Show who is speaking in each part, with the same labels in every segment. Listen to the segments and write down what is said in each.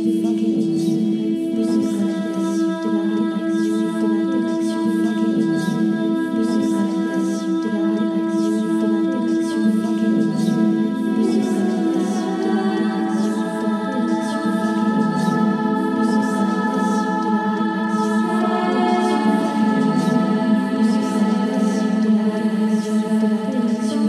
Speaker 1: de l'interaction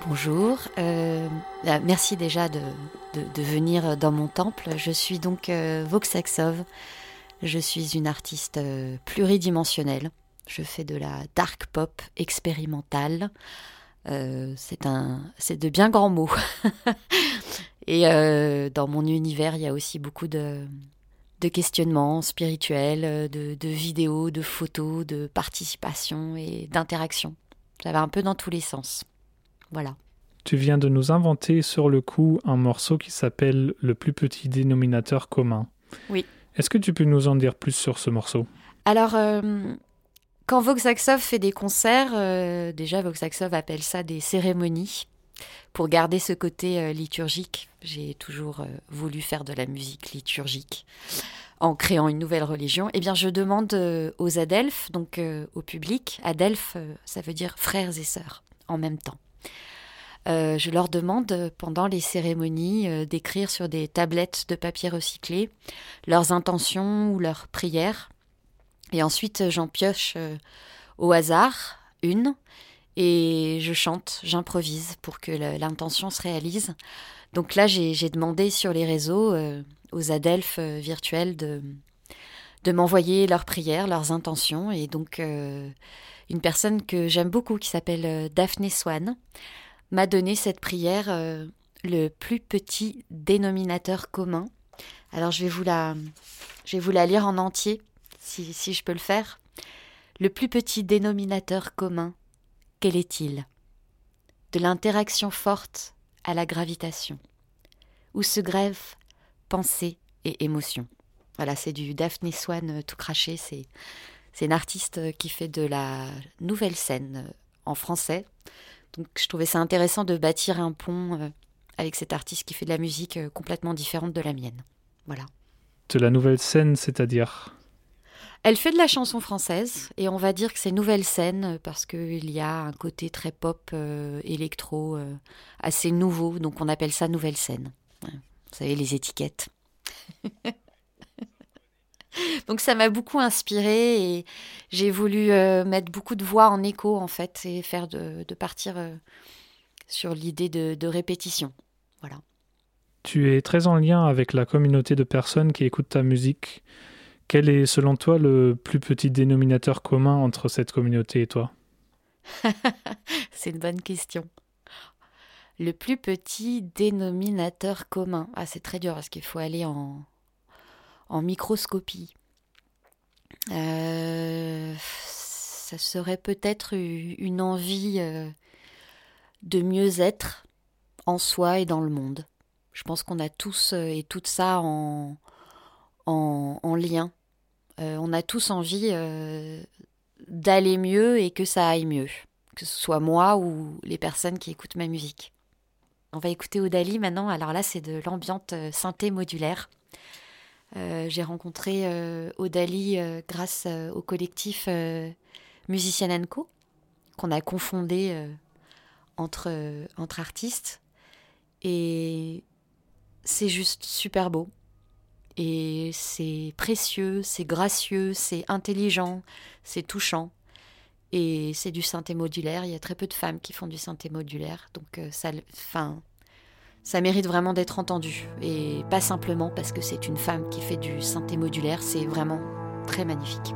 Speaker 2: Bonjour, merci déjà de venir dans mon temple. Je suis donc Voxaxov, je suis une artiste pluridimensionnelle. Je fais de la dark pop expérimentale. C'est de bien grands mots. Et dans mon univers, il y a aussi beaucoup de questionnements spirituels, de vidéos, de photos, de participation et d'interaction. Ça va un peu dans tous les sens. Voilà.
Speaker 3: Tu viens de nous inventer sur le coup un morceau qui s'appelle Le plus petit dénominateur commun.
Speaker 2: Oui.
Speaker 3: Est-ce que tu peux nous en dire plus sur ce morceau ?
Speaker 2: Alors, quand Voxaxov fait des concerts, déjà Voxaxov appelle ça des cérémonies. Pour garder ce côté liturgique, j'ai toujours voulu faire de la musique liturgique en créant une nouvelle religion. Eh bien, je demande aux adelphes, donc au public, adelphes, ça veut dire frères et sœurs, en même temps. Je leur demande pendant les cérémonies d'écrire sur des tablettes de papier recyclé leurs intentions ou leurs prières. Et ensuite, j'en pioche au hasard une et je chante, j'improvise pour que l'intention se réalise. Donc là, j'ai demandé sur les réseaux aux adelphes virtuels de m'envoyer leurs prières, leurs intentions. Et donc, une personne que j'aime beaucoup qui s'appelle Daphné Swan m'a donné cette prière, le plus petit dénominateur commun. Alors je vais vous la lire en entier, si je peux le faire. Le plus petit dénominateur commun, quel est-il ? De l'interaction forte à la gravitation, où se grèvent pensée et émotion. Voilà, c'est du Daphné Swan tout craché. C'est une artiste qui fait de la nouvelle scène en français. Donc je trouvais ça intéressant de bâtir un pont avec cet artiste qui fait de la musique complètement différente de la mienne. Voilà.
Speaker 3: De la nouvelle scène, c'est-à-dire ?
Speaker 2: Elle fait de la chanson française et on va dire que c'est nouvelle scène parce qu'il y a un côté très pop, électro, assez nouveau. Donc on appelle ça nouvelle scène. Ouais. Vous savez, les étiquettes. Donc ça m'a beaucoup inspirée et j'ai voulu mettre beaucoup de voix en écho en fait et faire de partir sur l'idée de répétition. Voilà.
Speaker 3: Tu es très en lien avec la communauté de personnes qui écoutent ta musique. Quel est selon toi le plus petit dénominateur commun entre cette communauté et toi ?
Speaker 2: C'est une bonne question. Le plus petit dénominateur commun. Ah, c'est très dur parce qu'il faut aller en microscopie. Ça serait peut-être une envie de mieux être en soi et dans le monde. Je pense qu'on a tous et toutes ça en lien. On a tous envie d'aller mieux et que ça aille mieux, que ce soit moi ou les personnes qui écoutent ma musique. On va écouter Odalis maintenant. Alors là, c'est de l'ambiante synthé modulaire. J'ai rencontré Odalis grâce au collectif Musicienne & Co, qu'on a confondé entre artistes. Et c'est juste super beau. Et c'est précieux, c'est gracieux, c'est intelligent, c'est touchant. Et c'est du synthé modulaire. Il y a très peu de femmes qui font du synthé modulaire. Donc ça mérite vraiment d'être entendu. Et pas simplement parce que c'est une femme qui fait du synthé modulaire. C'est vraiment très magnifique.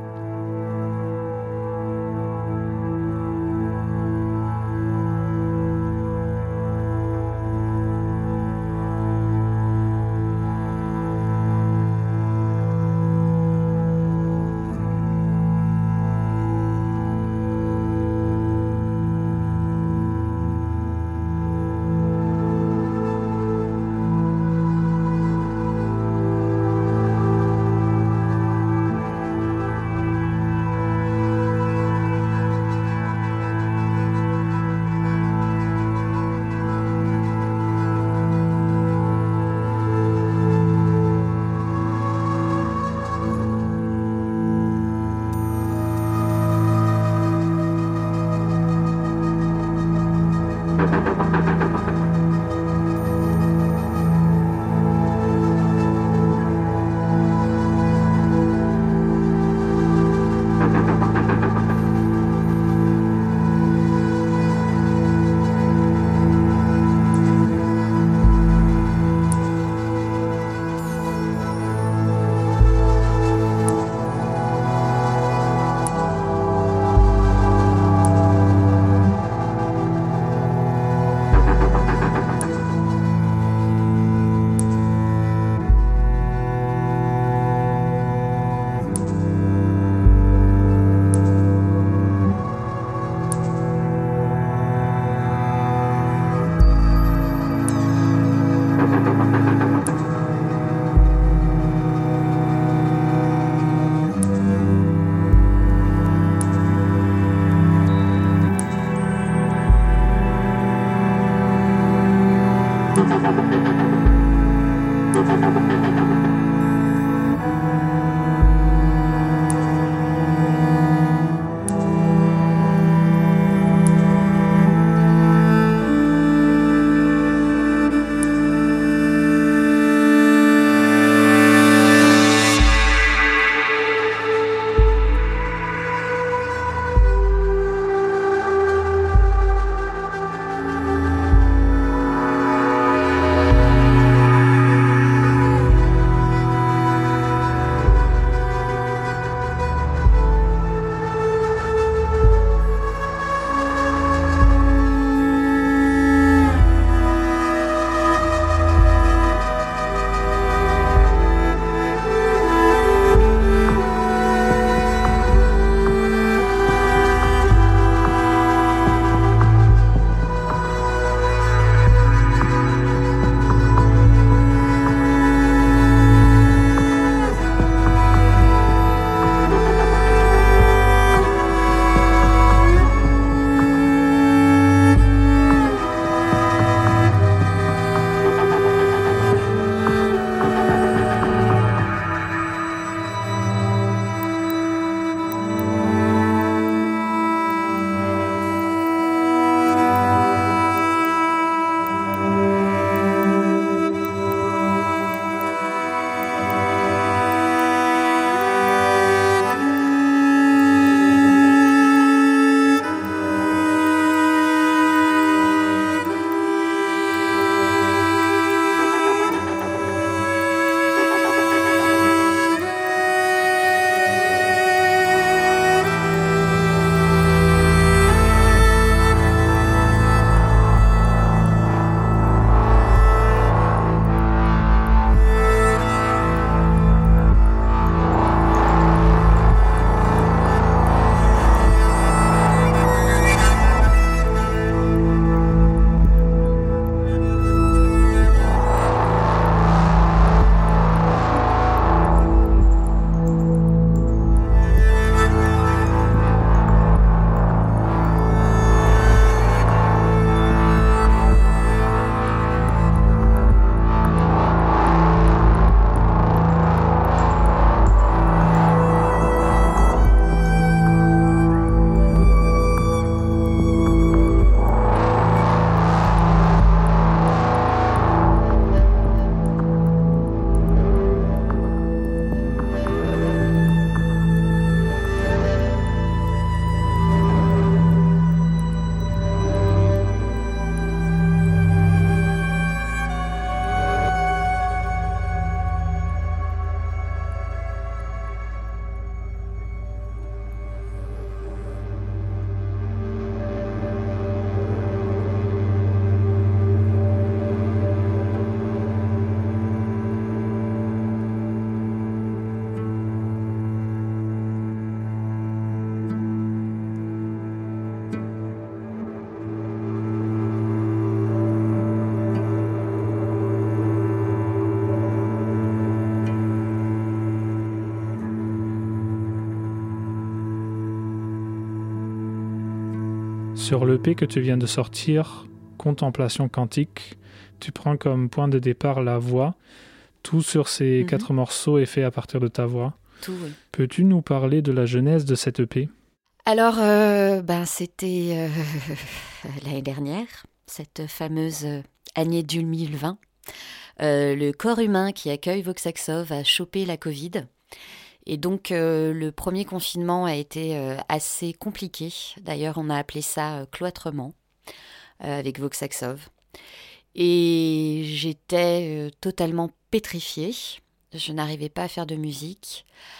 Speaker 3: Sur l'EP que tu viens de sortir, Contemplation quantique, tu prends comme point de départ la voix. Tout sur ces 4 morceaux est fait à partir de ta voix.
Speaker 2: Tout, oui.
Speaker 3: Peux-tu nous parler de la genèse de cette EP ?
Speaker 2: Alors, c'était l'année dernière, cette fameuse année 2020. Le corps humain qui accueille Voxaxov a chopé la Covid. Et donc, le premier confinement a été assez compliqué. D'ailleurs, on a appelé ça cloîtrement avec Voxaxov. Et j'étais totalement pétrifiée. Je n'arrivais pas à faire de musique.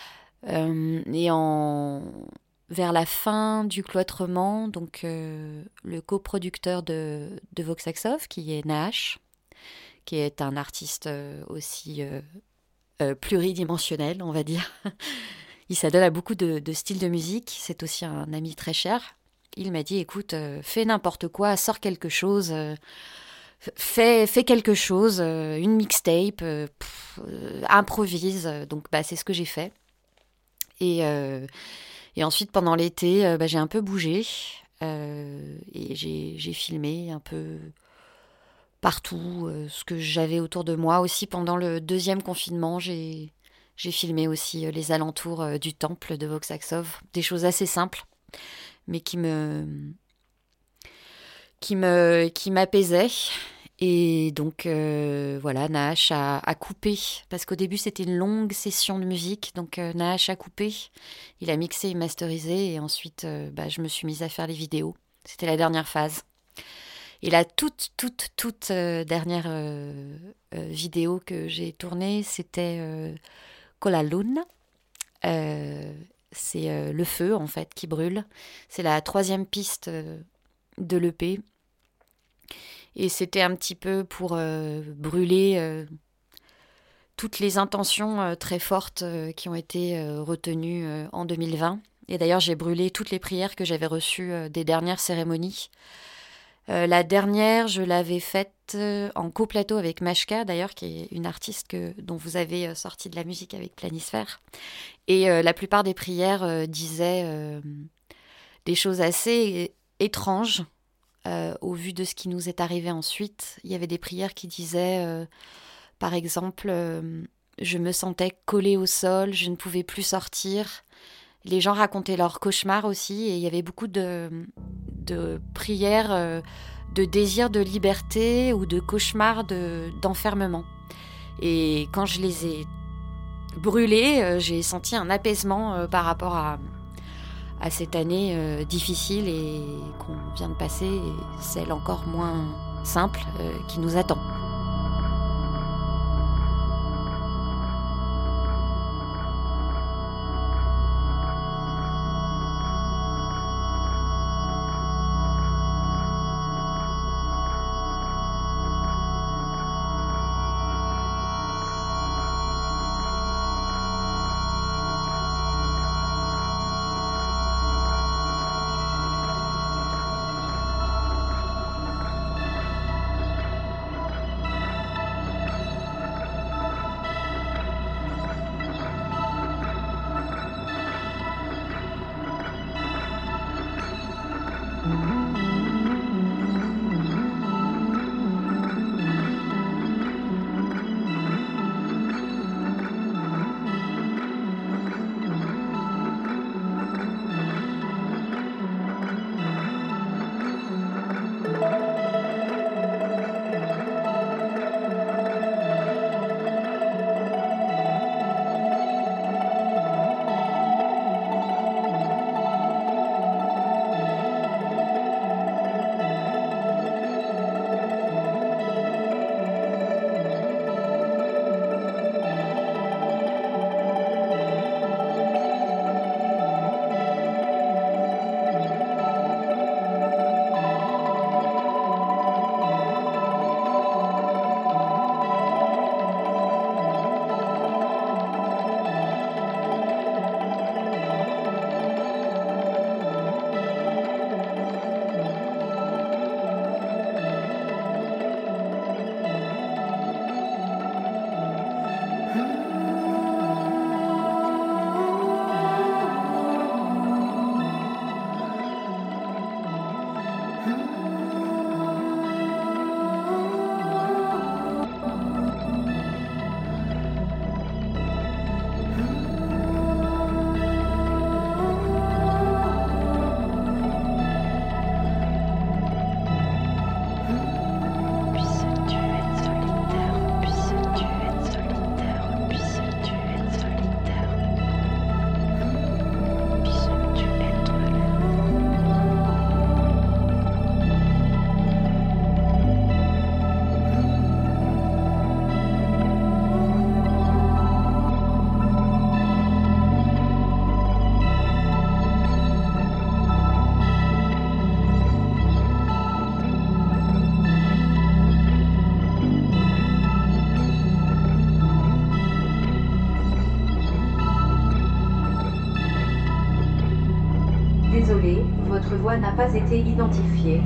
Speaker 2: Vers la fin du cloîtrement, donc le coproducteur de Voxaxov, qui est Nash, qui est un artiste aussi pluridimensionnel, on va dire. Il s'adonne à beaucoup de styles de musique. C'est aussi un ami très cher. Il m'a dit, écoute, fais n'importe quoi, sors quelque chose, fais quelque chose, une mixtape, improvise. Donc, c'est ce que j'ai fait. Et ensuite, pendant l'été, j'ai un peu bougé. Et j'ai filmé un peu partout ce que j'avais autour de moi. Aussi, pendant le deuxième confinement, j'ai filmé aussi les alentours du temple de Voxaxov. Des choses assez simples, mais qui m'apaisaient. Et donc, voilà, Nash a coupé, parce qu'au début, c'était une longue session de musique. Donc, Nash a coupé, il a mixé et masterisé. Et ensuite, je me suis mise à faire les vidéos. C'était la dernière phase. Et la toute dernière vidéo que j'ai tournée, c'était Con la Luna. C'est le feu, en fait, qui brûle. C'est la 3e piste de l'EP. Et c'était un petit peu pour brûler toutes les intentions très fortes qui ont été retenues en 2020. Et d'ailleurs, j'ai brûlé toutes les prières que j'avais reçues des dernières cérémonies. La dernière, je l'avais faite en coplateau avec Mashka, d'ailleurs, qui est une artiste dont vous avez sorti de la musique avec Planisphère. Et la plupart des prières disaient des choses assez étranges au vu de ce qui nous est arrivé ensuite. Il y avait des prières qui disaient, par exemple, je me sentais collée au sol, je ne pouvais plus sortir. Les gens racontaient leurs cauchemars aussi, et il y avait beaucoup de prières de désir de liberté ou de cauchemars d'enfermement. Et quand je les ai brûlées, j'ai senti un apaisement par rapport à cette année difficile et qu'on vient de passer, et celle encore moins simple qui nous attend.
Speaker 4: Votre voix n'a pas été identifiée.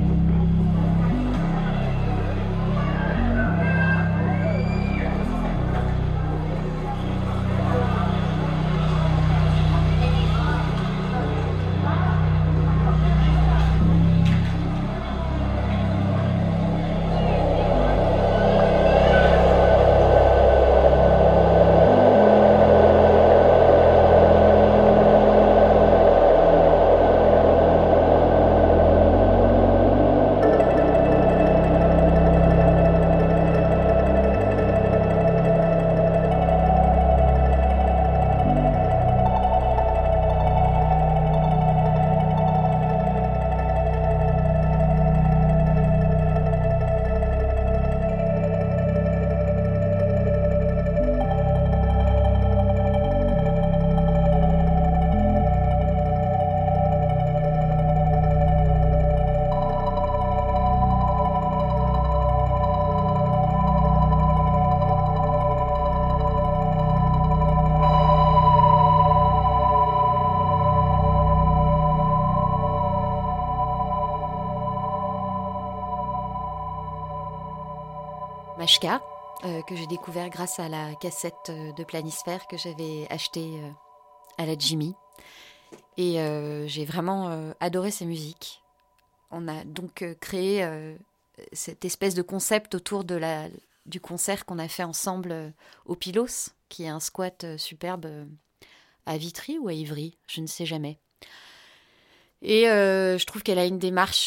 Speaker 2: Mashka, que j'ai découvert grâce à la cassette de Planisphère que j'avais achetée à la Jimmy. Et j'ai vraiment adoré ses musiques. On a donc créé cette espèce de concept autour du concert qu'on a fait ensemble au Pylos, qui est un squat superbe à Vitry ou à Ivry, je ne sais jamais. Et je trouve qu'elle a une démarche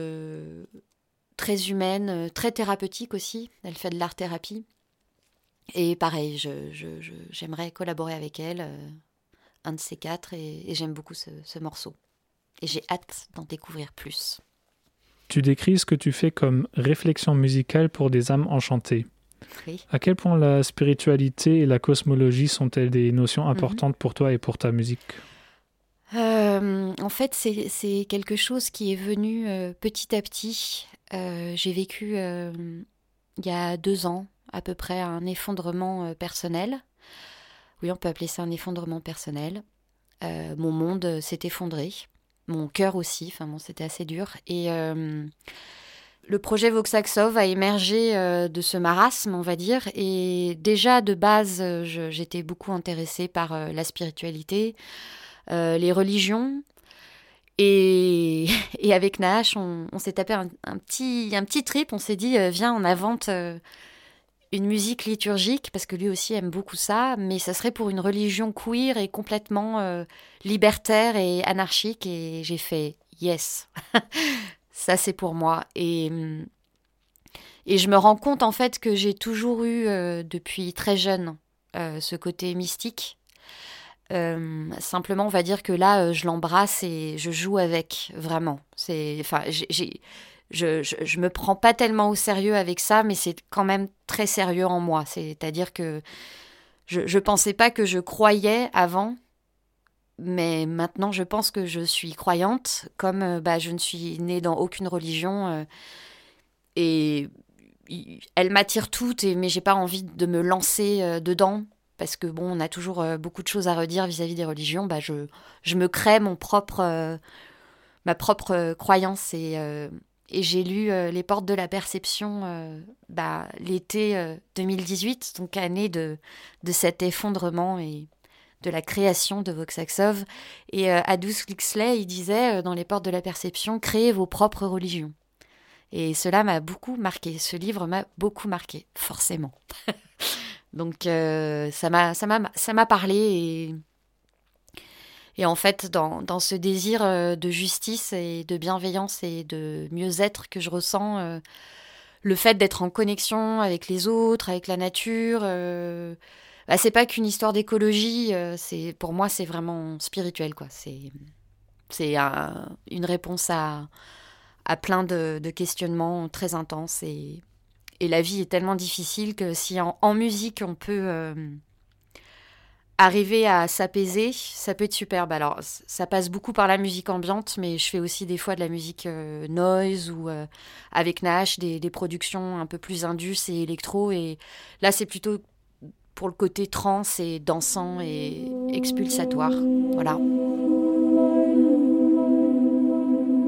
Speaker 2: très humaine, très thérapeutique aussi. Elle fait de l'art-thérapie. Et pareil, j'aimerais collaborer avec elle, un de ces quatre, et j'aime beaucoup ce morceau. Et j'ai hâte d'en découvrir plus.
Speaker 3: Tu décris ce que tu fais comme réflexion musicale pour des âmes enchantées.
Speaker 2: Oui.
Speaker 3: À quel point la spiritualité et la cosmologie sont-elles des notions importantes pour toi et pour ta musique ?
Speaker 2: En fait, c'est quelque chose qui est venu petit à petit. J'ai vécu, il y a 2 ans, à peu près, un effondrement personnel. Oui, on peut appeler ça un effondrement personnel. Mon monde s'est effondré. Mon cœur aussi. Enfin bon, c'était assez dur. Et le projet Voxaxov a émergé de ce marasme, on va dire. Et déjà, de base, j'étais beaucoup intéressée par la spiritualité, les religions. Et avec Nahash, on s'est tapé un petit trip. On s'est dit, viens, on invente une musique liturgique, parce que lui aussi aime beaucoup ça, mais ça serait pour une religion queer et complètement libertaire et anarchique. Et j'ai fait, yes, ça c'est pour moi. Et je me rends compte en fait que j'ai toujours eu, depuis très jeune, ce côté mystique. Simplement, on va dire que là, je l'embrasse et je joue avec, vraiment. Je me prends pas tellement au sérieux avec ça, mais c'est quand même très sérieux en moi. C'est-à-dire que je pensais pas que je croyais avant, mais maintenant, je pense que je suis croyante, comme je ne suis née dans aucune religion. Et elles m'attirent toutes, mais j'ai pas envie de me lancer dedans. Parce que bon, on a toujours beaucoup de choses à redire vis-à-vis des religions. Je me crée ma propre croyance. Et j'ai lu Les Portes de la Perception l'été 2018, donc année de cet effondrement et de la création de Voxaxov. Et Aldous Huxley, il disait dans Les Portes de la Perception, créez vos propres religions. Et cela m'a beaucoup marqué. Ce livre m'a beaucoup marqué, forcément. Donc ça m'a parlé et en fait dans ce désir de justice et de bienveillance et de mieux-être que je ressens, le fait d'être en connexion avec les autres, avec la nature, c'est pas qu'une histoire d'écologie, pour moi c'est vraiment spirituel quoi. C'est une réponse à plein de questionnements très intenses et la vie est tellement difficile que si en musique, on peut arriver à s'apaiser, ça peut être superbe. Alors, ça passe beaucoup par la musique ambiante, mais je fais aussi des fois de la musique noise ou avec Nash, des productions un peu plus indus et électro. Et là, c'est plutôt pour le côté trance et dansant et expulsatoire. Voilà.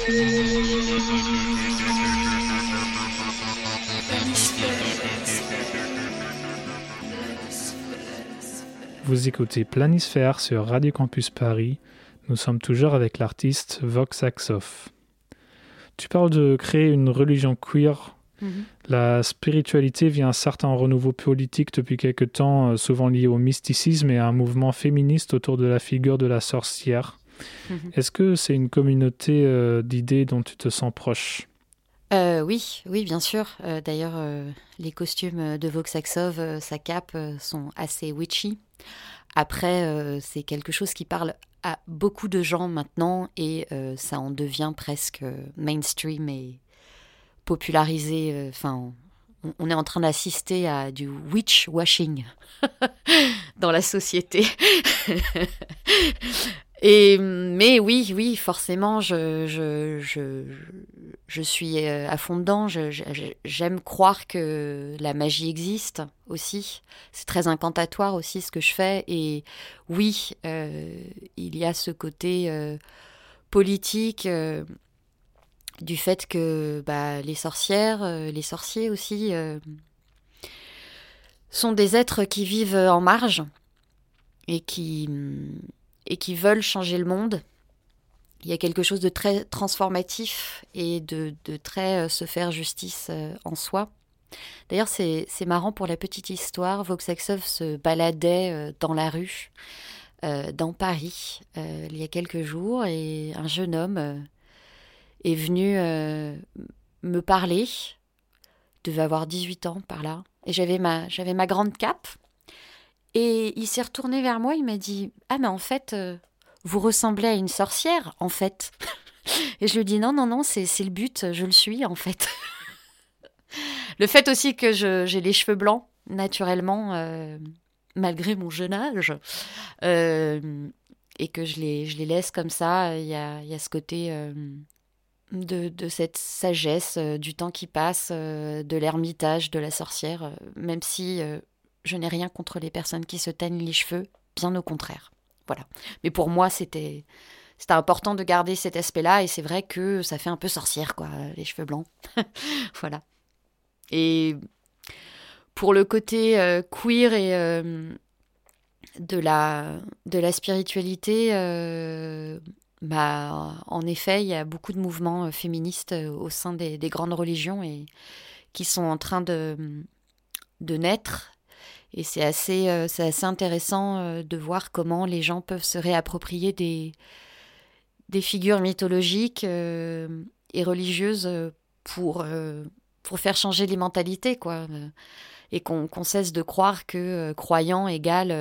Speaker 3: Vous écoutez Planisphère sur Radio Campus Paris. Nous sommes toujours avec l'artiste Vox Axoff. Tu parles de créer une religion queer. La spiritualité vit un certain renouveau politique depuis quelque temps, souvent lié au mysticisme et à un mouvement féministe autour de la figure de la sorcière. Est-ce que c'est une communauté d'idées dont tu te sens proche ?
Speaker 2: Oui, bien sûr. D'ailleurs, les costumes de Vox Axoff, sa cape, sont assez witchy. Après, c'est quelque chose qui parle à beaucoup de gens maintenant et ça en devient presque mainstream et popularisé. Enfin, on est en train d'assister à du witch washing dans la société. Mais oui, forcément, je suis à fond dedans. J'aime croire que la magie existe aussi. C'est très incantatoire aussi ce que je fais. Et oui, il y a ce côté politique du fait que les sorcières, les sorciers aussi sont des êtres qui vivent en marge et qui veulent changer le monde. Il y a quelque chose de très transformatif et de très se faire justice en soi. D'ailleurs, c'est marrant pour la petite histoire. Vox Axoff se baladait dans la rue, dans Paris, il y a quelques jours, et un jeune homme est venu me parler. Il devait avoir 18 ans par là. Et j'avais ma grande cape. Et il s'est retourné vers moi, il m'a dit « Ah, mais en fait, vous ressemblez à une sorcière, en fait. » Et je lui ai dit « Non, c'est le but, je le suis, en fait. » Le fait aussi que j'ai les cheveux blancs, naturellement, malgré mon jeune âge, et que je les laisse comme ça, il y a ce côté de cette sagesse, du temps qui passe, de l'ermitage, de la sorcière, même si... je n'ai rien contre les personnes qui se teignent les cheveux, bien au contraire. Voilà. Mais pour moi, c'était important de garder cet aspect-là, et c'est vrai que ça fait un peu sorcière, quoi, les cheveux blancs. Voilà. Et pour le côté queer et de la spiritualité, en effet, il y a beaucoup de mouvements féministes au sein des grandes religions et qui sont en train de naître. Et c'est assez intéressant de voir comment les gens peuvent se réapproprier des figures mythologiques et religieuses pour faire changer les mentalités, quoi. Et qu'on cesse de croire que croyant égale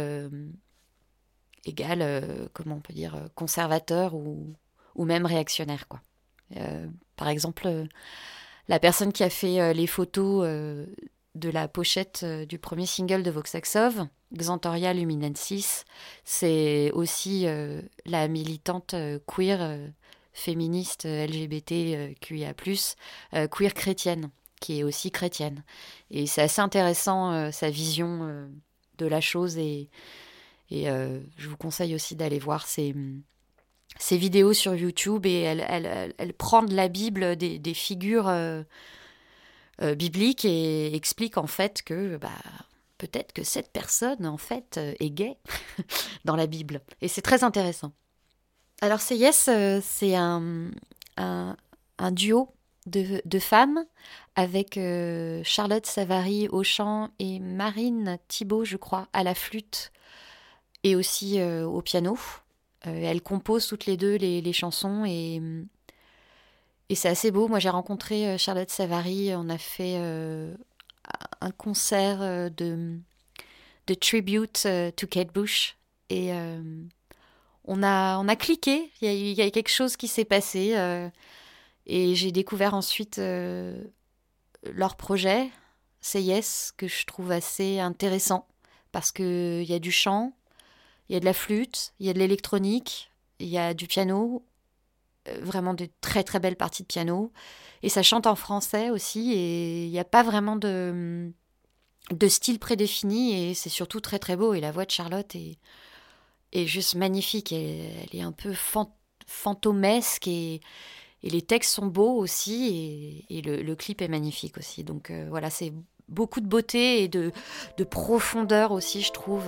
Speaker 2: comment on peut dire, conservateur ou même réactionnaire, quoi. Par exemple, la personne qui a fait les photos... de la pochette du premier single de Vox Axoff, Xantoria Luminensis, c'est aussi la militante queer, féministe, LGBTQIA+, queer chrétienne, qui est aussi chrétienne. Et c'est assez intéressant, sa vision de la chose, et je vous conseille aussi d'aller voir ses vidéos sur YouTube, et elle prend de la Bible des figures... biblique, et explique en fait que peut-être que cette personne en fait est gay dans la Bible, et c'est très intéressant. Alors Say Yes, c'est un duo de femmes avec Charlotte Savary au chant et Marine Thibault, je crois, à la flûte et aussi au piano. Elles composent toutes les deux les chansons, et c'est assez beau. Moi, j'ai rencontré Charlotte Savary. On a fait un concert de tribute to Kate Bush. Et on a cliqué. Il y a quelque chose qui s'est passé. Et j'ai découvert ensuite leur projet, Say Yes, que je trouve assez intéressant. Parce qu'il y a du chant, il y a de la flûte, il y a de l'électronique, il y a du piano... vraiment de très très belles parties de piano, et ça chante en français aussi, et il n'y a pas vraiment de style prédéfini, et c'est surtout très très beau, et la voix de Charlotte est juste magnifique, elle est un peu fantomesque, et Et les textes sont beaux aussi, et le clip est magnifique aussi. Donc voilà, c'est beaucoup de beauté et de profondeur aussi, je trouve.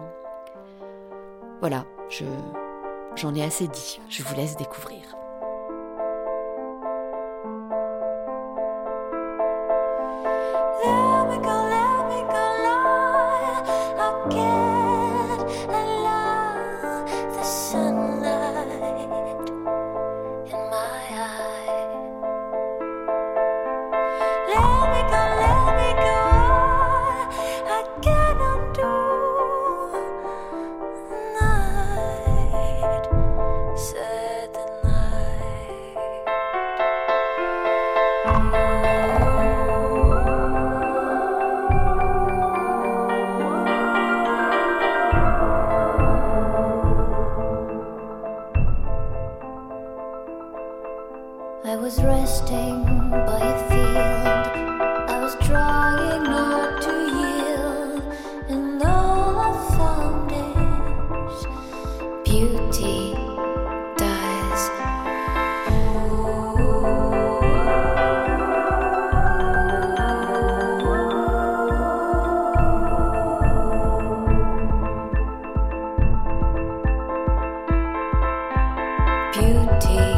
Speaker 2: Voilà, j'en ai assez dit. Je vous laisse découvrir.
Speaker 1: I was resting by a field. I was trying not to yield, and all I found is beauty dies. Beauty.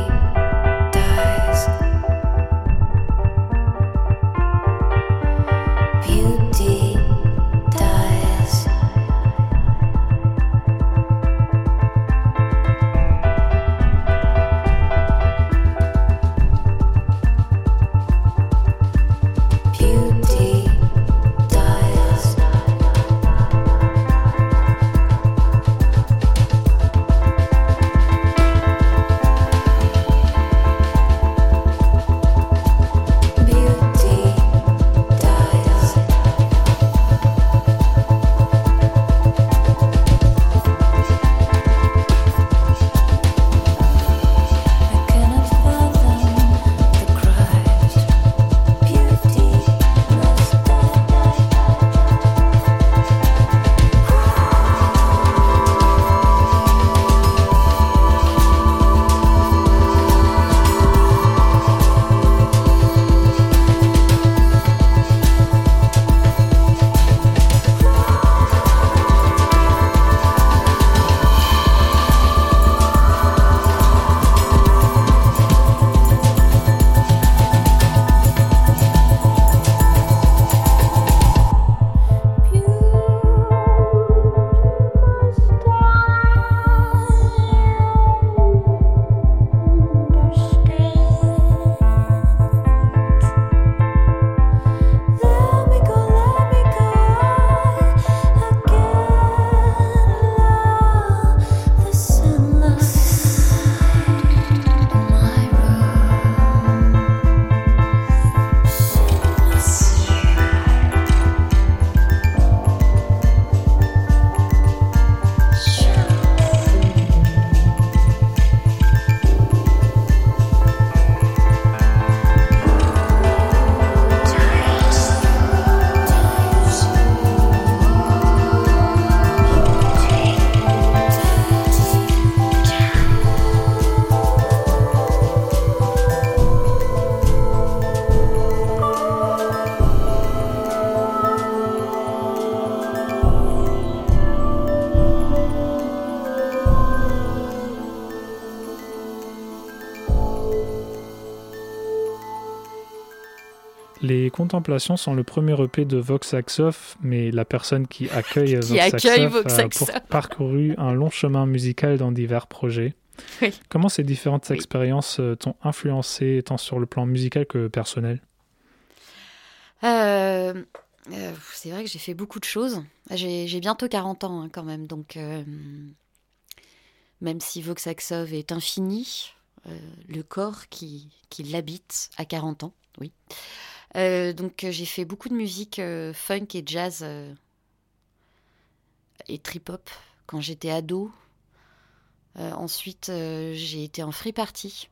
Speaker 3: Les Contemplations sont le premier EP de Vox Axoff, mais la personne qui accueille Vox Axoff a parcouru un long chemin musical dans divers projets.
Speaker 2: Oui.
Speaker 3: Comment ces différentes expériences t'ont influencé tant sur le plan musical que personnel ?
Speaker 2: C'est vrai que j'ai fait beaucoup de choses. J'ai bientôt 40 ans quand même, donc même si Vox Axoff est infini, le corps qui l'habite à 40 ans, oui. Donc j'ai fait beaucoup de musique funk et jazz et trip-hop quand j'étais ado. Ensuite, j'ai été en free party.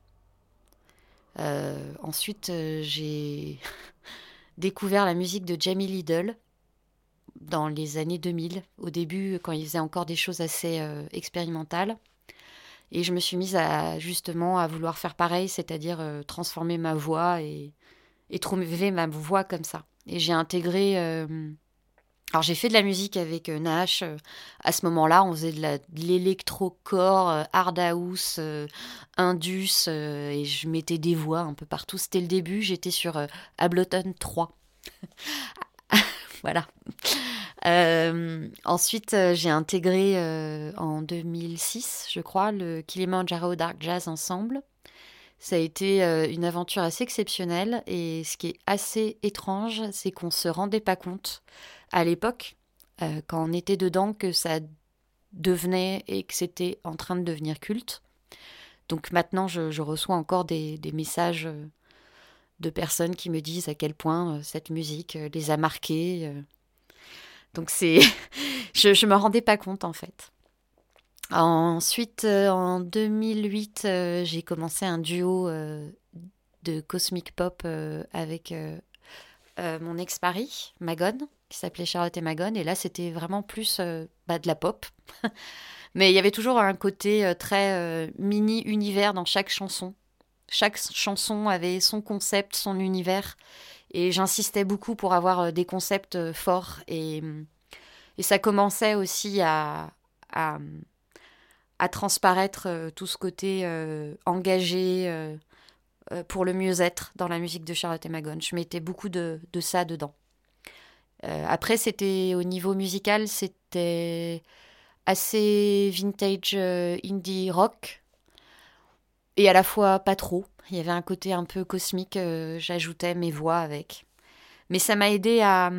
Speaker 2: Ensuite, j'ai découvert la musique de Jamie Lidl dans les années 2000, au début, quand il faisait encore des choses assez expérimentales. Et je me suis mise justement à vouloir faire pareil, c'est-à-dire transformer ma voix et trouver ma voix comme ça. Et j'ai intégré... alors j'ai fait de la musique avec Nash. À ce moment-là, on faisait de l'électrocore, hard house, indus, et je mettais des voix un peu partout. C'était le début, j'étais sur Ableton 3. Voilà. Ensuite, j'ai intégré en 2006, je crois, le Kilimanjaro Dark Jazz Ensemble. Ça a été une aventure assez exceptionnelle et ce qui est assez étrange, c'est qu'on ne se rendait pas compte à l'époque, quand on était dedans, que ça devenait et que c'était en train de devenir culte. Donc maintenant, je reçois encore des messages de personnes qui me disent à quel point cette musique les a marqués. Donc je me rendais pas compte en fait. Ensuite, en 2008, j'ai commencé un duo de cosmic pop avec mon ex-mari, Magon, qui s'appelait Charlotte et Magon. Et là, c'était vraiment plus de la pop. Mais il y avait toujours un côté très mini-univers dans chaque chanson. Chaque chanson avait son concept, son univers. Et j'insistais beaucoup pour avoir des concepts forts. Et ça commençait aussi à transparaître tout ce côté engagé pour le mieux-être dans la musique de Charlotte et Magon. Je mettais beaucoup de ça dedans. Après, c'était au niveau musical, c'était assez vintage indie rock et à la fois pas trop. Il y avait un côté un peu cosmique, j'ajoutais mes voix avec. Mais ça m'a aidé à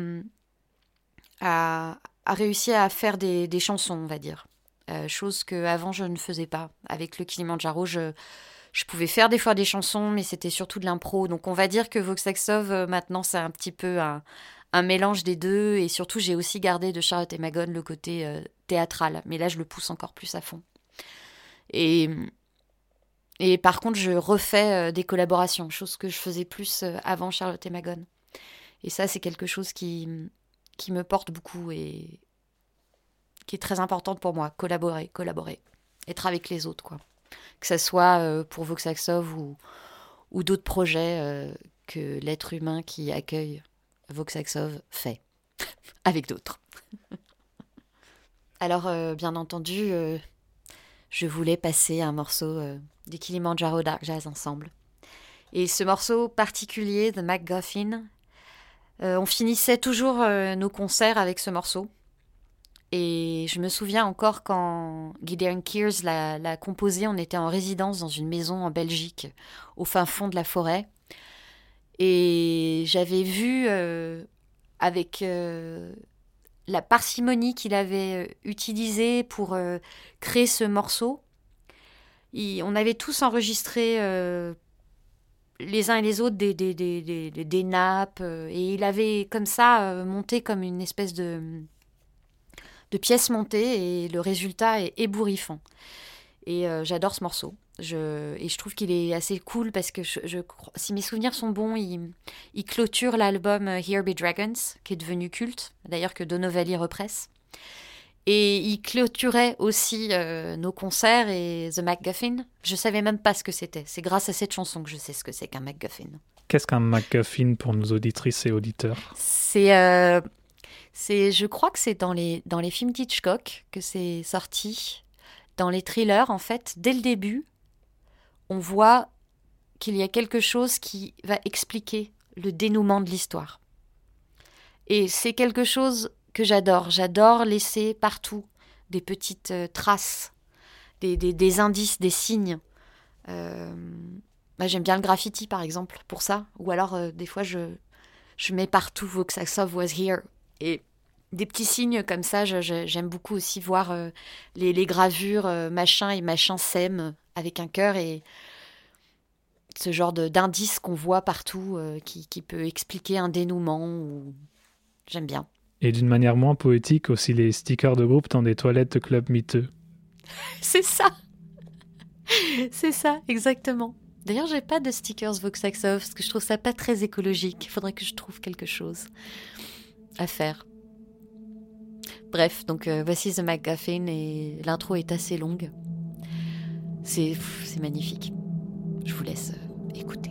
Speaker 2: réussir à faire des chansons, on va dire. Chose qu'avant je ne faisais pas. Avec le Kilimanjaro, je pouvais faire des fois des chansons, mais c'était surtout de l'impro. Donc on va dire que Voxaxov, maintenant, c'est un petit peu un mélange des deux. Et surtout, j'ai aussi gardé de Charlotte et Magon le côté théâtral. Mais là, je le pousse encore plus à fond. Et par contre, je refais des collaborations, chose que je faisais plus avant Charlotte et Magon. Et ça, c'est quelque chose qui me porte beaucoup et qui est très importante pour moi. Collaborer. Être avec les autres, quoi. Que ça soit pour Voxaxov ou d'autres projets que l'être humain qui accueille Voxaxov fait avec d'autres. Alors, bien entendu, je voulais passer un morceau du Kilimanjaro Dark Jazz Ensemble. Et ce morceau particulier, The MacGuffin, on finissait toujours nos concerts avec ce morceau. Et je me souviens encore quand Gideon Kears l'a composé, on était en résidence dans une maison en Belgique, au fin fond de la forêt. Et j'avais vu avec la parcimonie qu'il avait utilisée pour créer ce morceau, on avait tous enregistré les uns et les autres des nappes. Et il avait comme ça monté comme une espèce de pièces montées et le résultat est ébouriffant. Et j'adore ce morceau. Et je trouve qu'il est assez cool parce que si mes souvenirs sont bons, il clôture l'album Here Be Dragons, qui est devenu culte, d'ailleurs que Dono Valley represse. Et il clôturait aussi nos concerts et The MacGuffin. Je savais même pas ce que c'était. C'est grâce à cette chanson que je sais ce que c'est qu'un MacGuffin.
Speaker 3: Qu'est-ce qu'un MacGuffin pour nos auditrices et auditeurs ?
Speaker 2: Je crois que c'est dans les films d'Hitchcock que c'est sorti. Dans les thrillers, en fait, dès le début, on voit qu'il y a quelque chose qui va expliquer le dénouement de l'histoire. Et c'est quelque chose que j'adore. J'adore laisser partout des petites traces, des indices, des signes. J'aime bien le graffiti, par exemple, pour ça. Ou alors, des fois, je mets partout « Voxaxov was here ». Et des petits signes comme ça, j'aime beaucoup aussi voir les gravures machin et machin s'aiment avec un cœur et ce genre d'indice qu'on voit partout qui peut expliquer un dénouement. J'aime bien.
Speaker 3: Et d'une manière moins poétique, aussi les stickers de groupe dans des toilettes de club miteux.
Speaker 2: C'est ça. C'est ça, exactement. D'ailleurs, j'ai pas de stickers Voxaxov parce que je trouve ça pas très écologique. Il faudrait que je trouve quelque chose à faire. Bref, donc voici The MacGuffin et l'intro est assez longue. C'est magnifique. Je vous laisse écouter.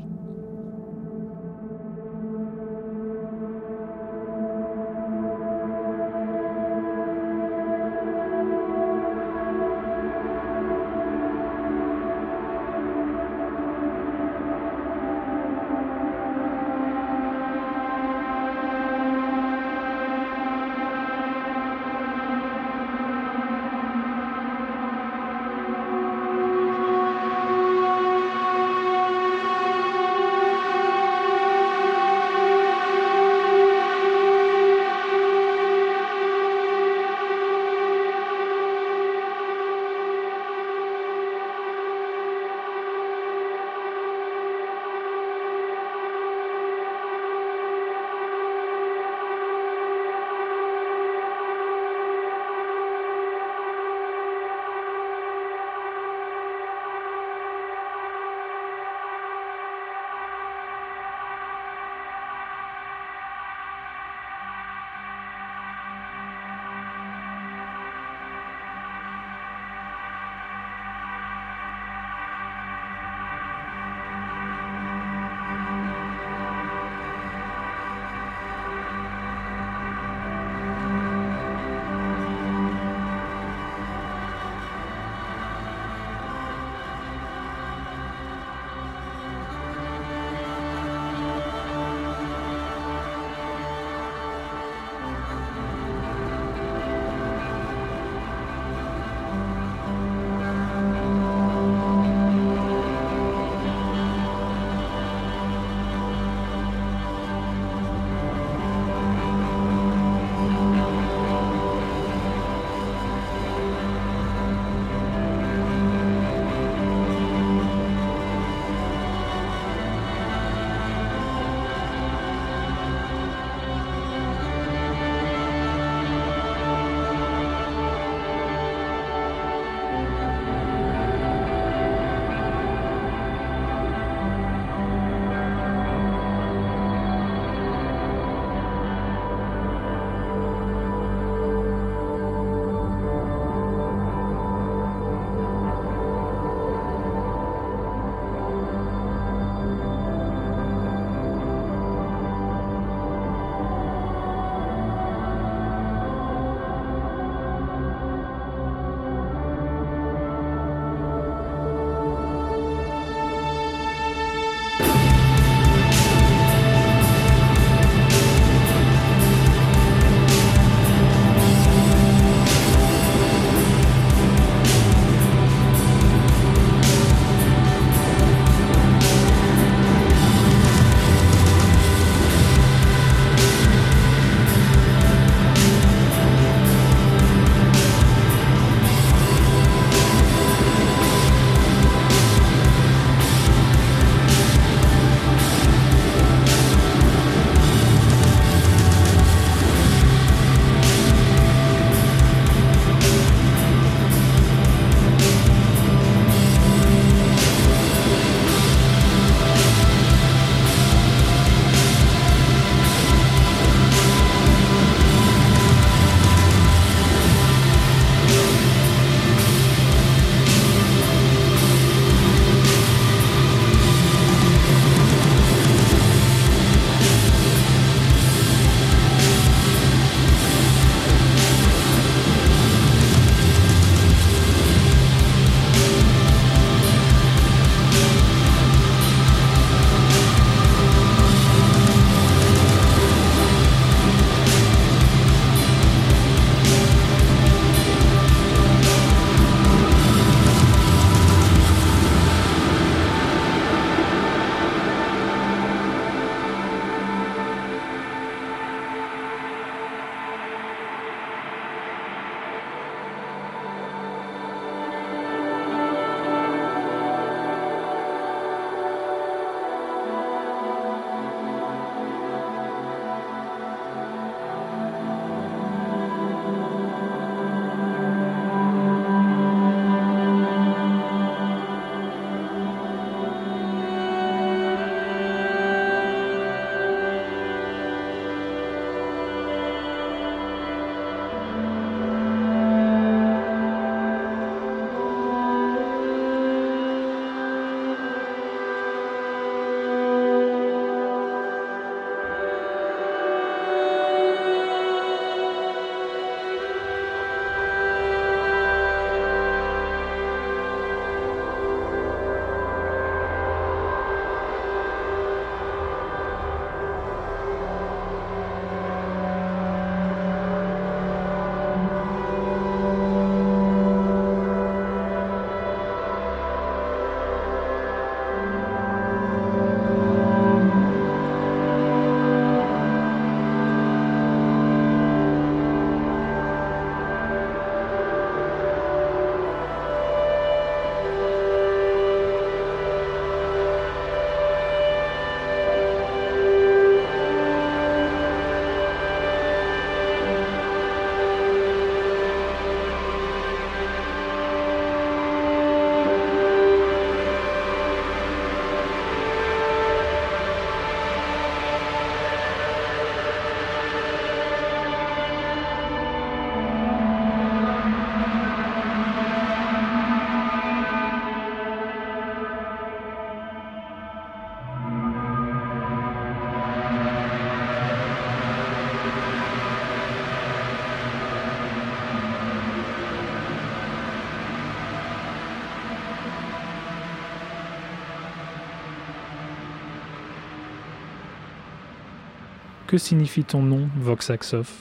Speaker 3: Que signifie ton nom, Voxaxov ?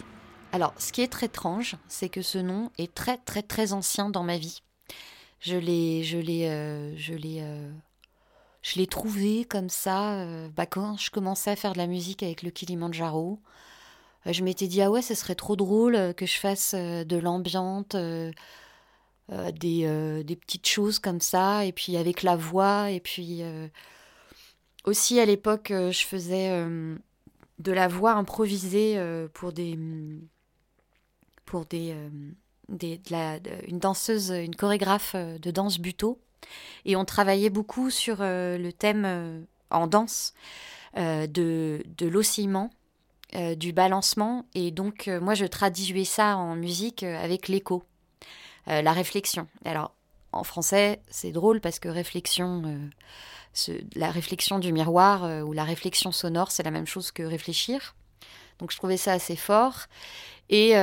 Speaker 2: Alors, ce qui est très étrange, c'est que ce nom est très, très, très ancien dans ma vie. Je l'ai trouvé comme ça quand je commençais à faire de la musique avec le Kilimandjaro. Je m'étais dit, ah ouais, ce serait trop drôle que je fasse de l'ambiante, des petites choses comme ça, et puis avec la voix, et puis aussi à l'époque, je faisais de la voix improvisée une danseuse, une chorégraphe de danse buto. Et on travaillait beaucoup sur le thème en danse de l'oscillement, du balancement. Et donc, moi, je traduisais ça en musique avec l'écho, la réflexion. Alors, en français, c'est drôle parce que la réflexion du miroir ou la réflexion sonore, c'est la même chose que réfléchir. Donc, je trouvais ça assez fort. Et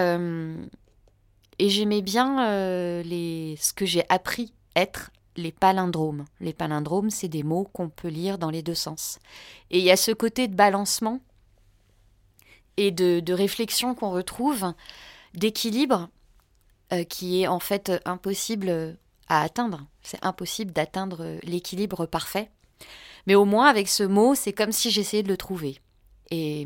Speaker 2: j'aimais bien ce que j'ai appris être les palindromes. Les palindromes, c'est des mots qu'on peut lire dans les deux sens. Et il y a ce côté de balancement et de réflexion qu'on retrouve, d'équilibre, qui est en fait impossible à atteindre. C'est impossible d'atteindre l'équilibre parfait. Mais au moins, avec ce mot, c'est comme si j'essayais de le trouver. Et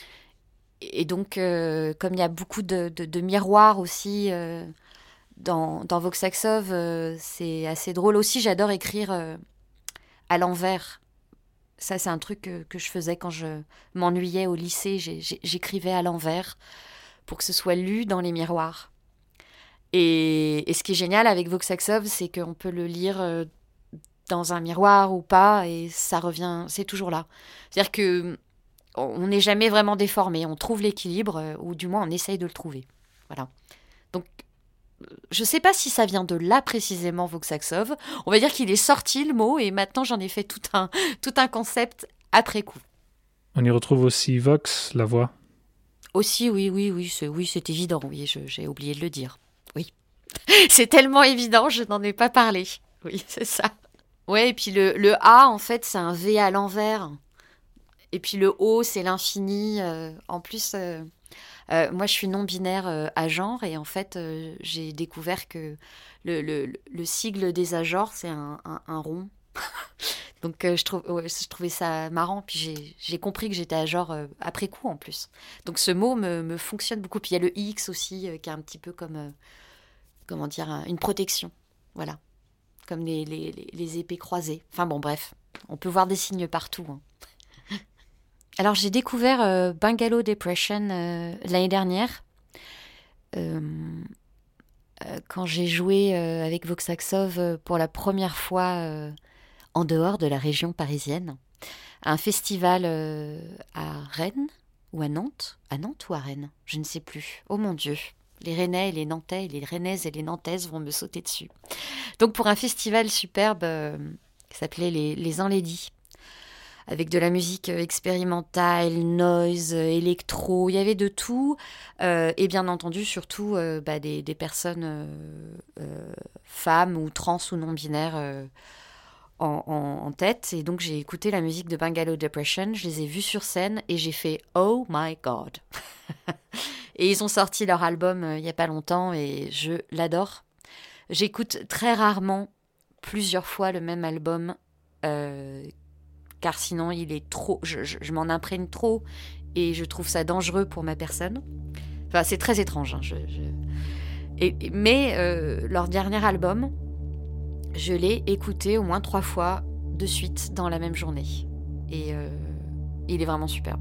Speaker 2: donc, comme il y a beaucoup de miroirs aussi dans Voxaxov, c'est assez drôle aussi. J'adore écrire à l'envers. Ça, c'est un truc que je faisais quand je m'ennuyais au lycée. J'écrivais à l'envers pour que ce soit lu dans les miroirs. Et ce qui est génial avec Voxaxov, c'est qu'on peut le lire dans un miroir ou pas, et ça revient, c'est toujours là. C'est-à-dire que on n'est jamais vraiment déformé. On trouve l'équilibre, ou du moins on essaye de le trouver. Voilà. Donc, je ne sais pas si ça vient de là précisément, Voxaxov. On va dire qu'il est sorti le mot, et maintenant j'en ai fait tout un concept après coup.
Speaker 3: On y retrouve aussi Vox, la voix.
Speaker 2: Aussi, oui, c'est évident. Oui, j'ai oublié de le dire. Oui. C'est tellement évident, je n'en ai pas parlé. Oui, c'est ça. Ouais, et puis le A, en fait, c'est un V à l'envers. Et puis le O, c'est l'infini. En plus, moi, je suis non-binaire à genre. Et en fait, j'ai découvert que le sigle des agenres, c'est un rond. Donc, je trouvais ça marrant. Puis j'ai compris que j'étais à genre après coup, en plus. Donc, ce mot me fonctionne beaucoup. Puis il y a le X aussi, qui est un petit peu comme, comment dire, une protection. Voilà. Comme les épées croisées. Enfin bon, bref. On peut voir des signes partout, hein. Alors, j'ai découvert Bungalow Depression l'année dernière, quand j'ai joué avec Voxaxov pour la première fois en dehors de la région parisienne, à un festival à Rennes ou à Nantes. À Nantes ou à Rennes, je ne sais plus. Oh mon Dieu, les Rennais et les Nantais, et les Rennaises et les Nantaises vont me sauter dessus. Donc, pour un festival superbe qui s'appelait les Enlaidis, avec de la musique expérimentale, noise, électro, il y avait de tout. Et bien entendu, surtout des personnes femmes ou trans ou non-binaires en tête. Et donc, j'ai écouté la musique de Bungalow Depression, je les ai vus sur scène et j'ai fait « Oh my God !» Et ils ont sorti leur album il n'y a pas longtemps et je l'adore. J'écoute très rarement plusieurs fois le même album car sinon il est trop, je m'en imprègne trop et je trouve ça dangereux pour ma personne. Enfin, c'est très étrange, hein, mais leur dernier album, je l'ai écouté au moins 3 fois de suite dans la même journée et il est vraiment superbe.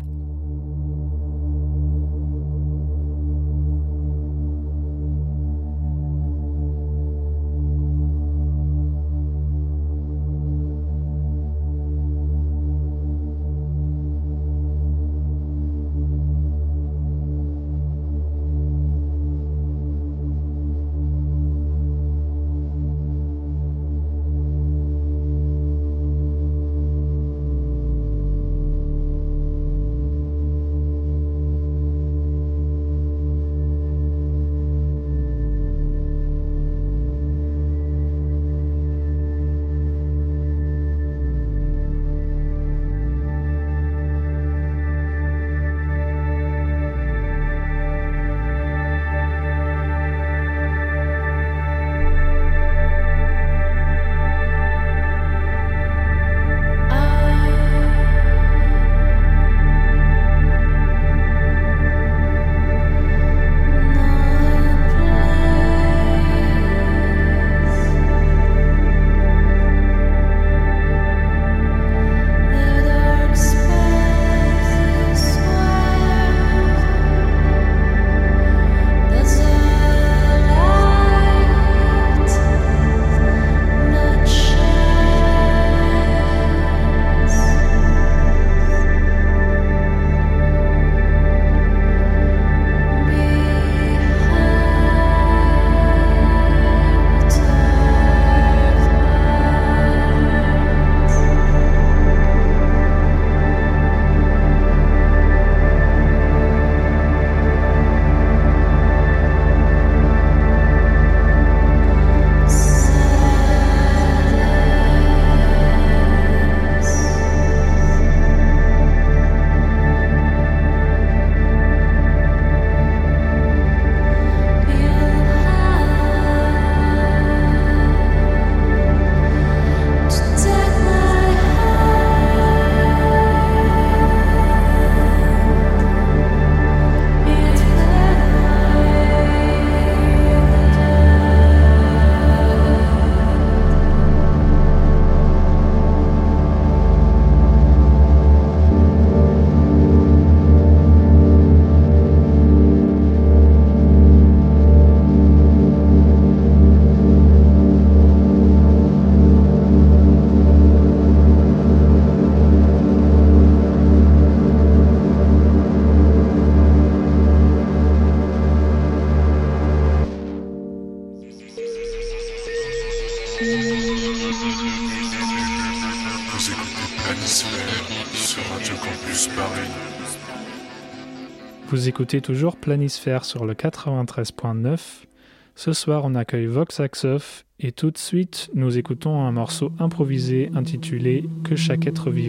Speaker 5: Campus Paris.
Speaker 3: Vous écoutez toujours Planisphère sur le 93.9. Ce soir, on accueille Vox Axoff et tout de suite, nous écoutons un morceau improvisé intitulé « Que chaque être vivant ».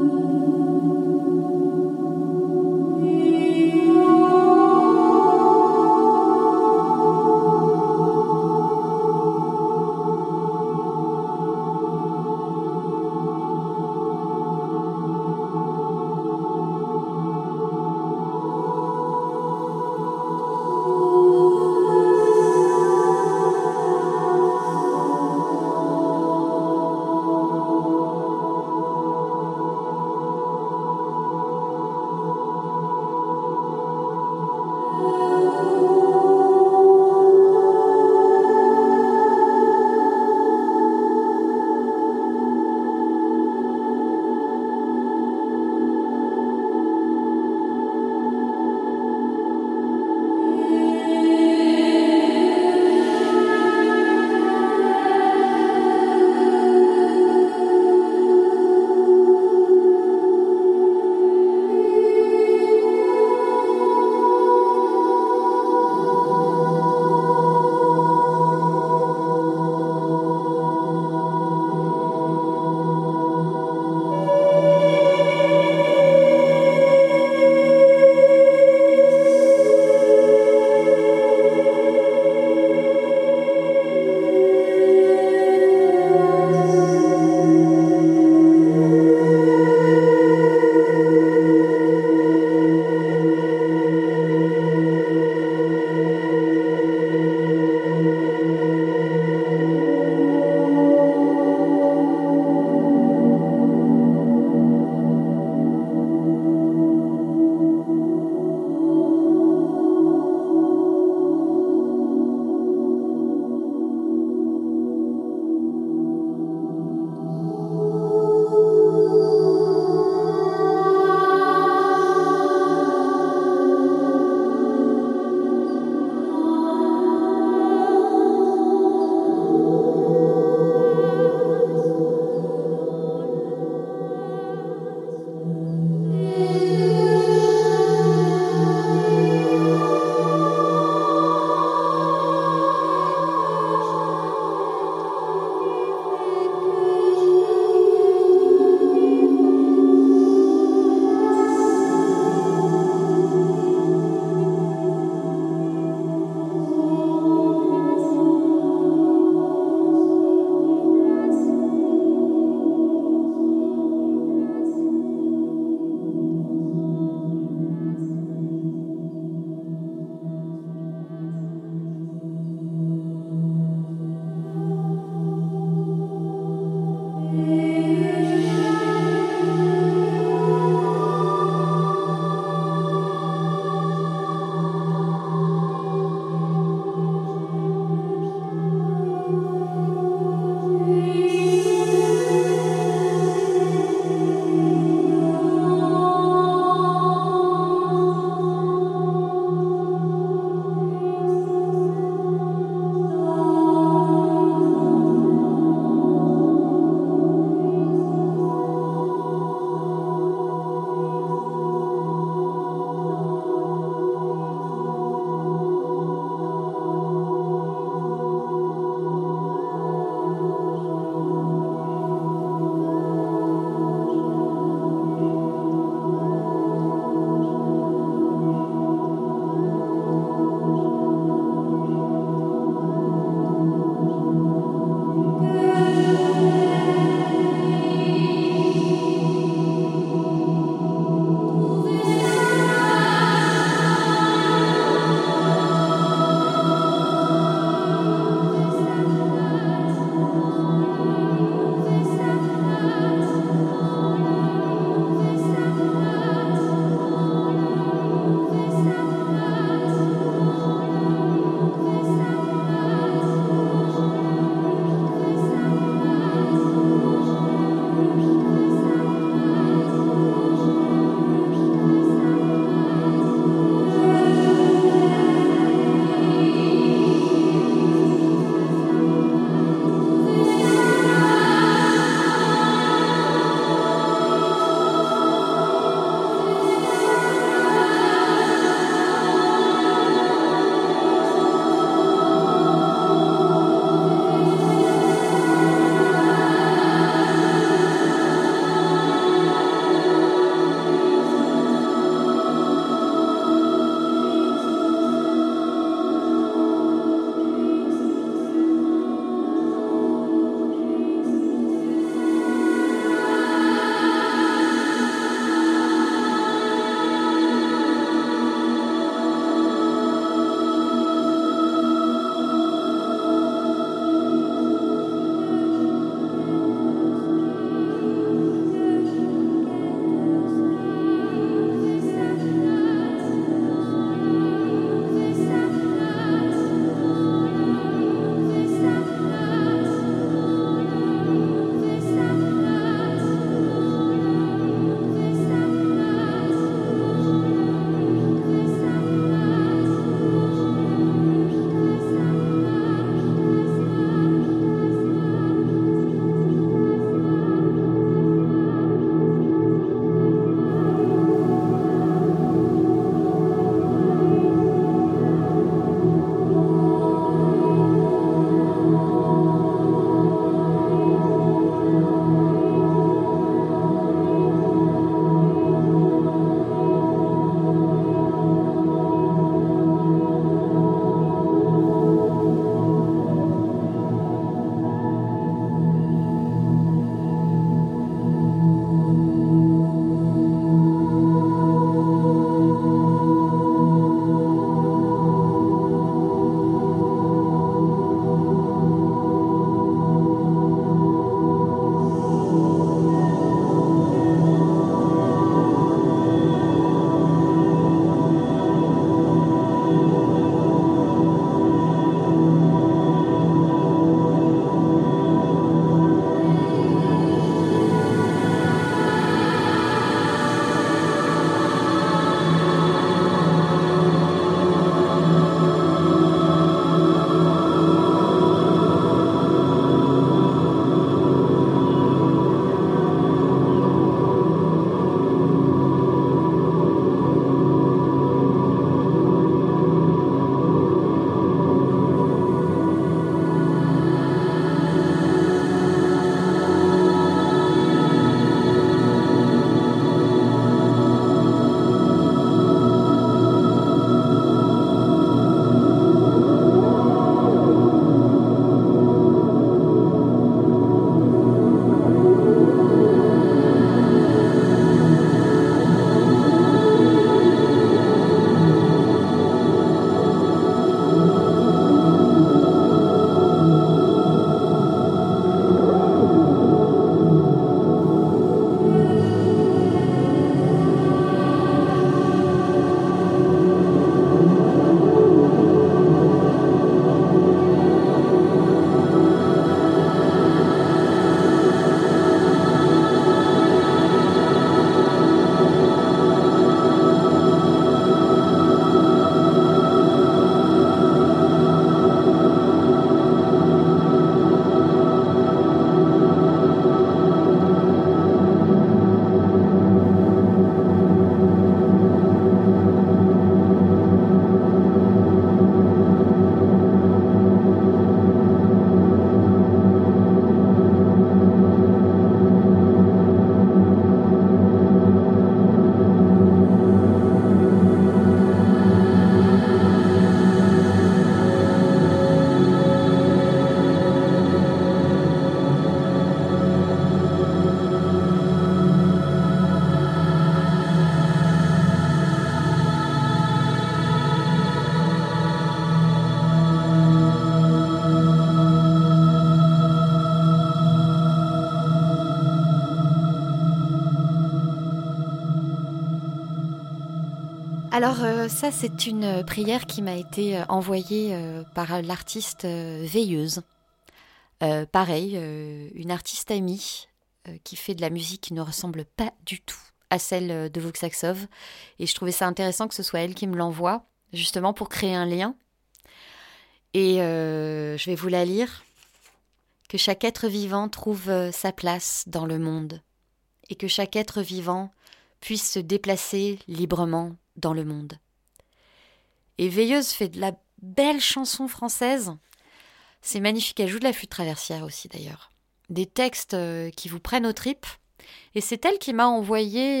Speaker 2: Alors ça, c'est une prière qui m'a été envoyée par l'artiste Veilleuse. Pareil, une artiste amie qui fait de la musique qui ne ressemble pas du tout à celle de Voxaxov. Et je trouvais ça intéressant que ce soit elle qui me l'envoie, justement pour créer un lien. Et je vais vous la lire. Que chaque être vivant trouve sa place dans le monde. Et que chaque être vivant puisse se déplacer librement dans le monde. Et Veilleuse fait de la belle chanson française. C'est magnifique, elle joue de la flûte traversière aussi d'ailleurs. Des textes qui vous prennent aux tripes. Et c'est elle qui m'a envoyé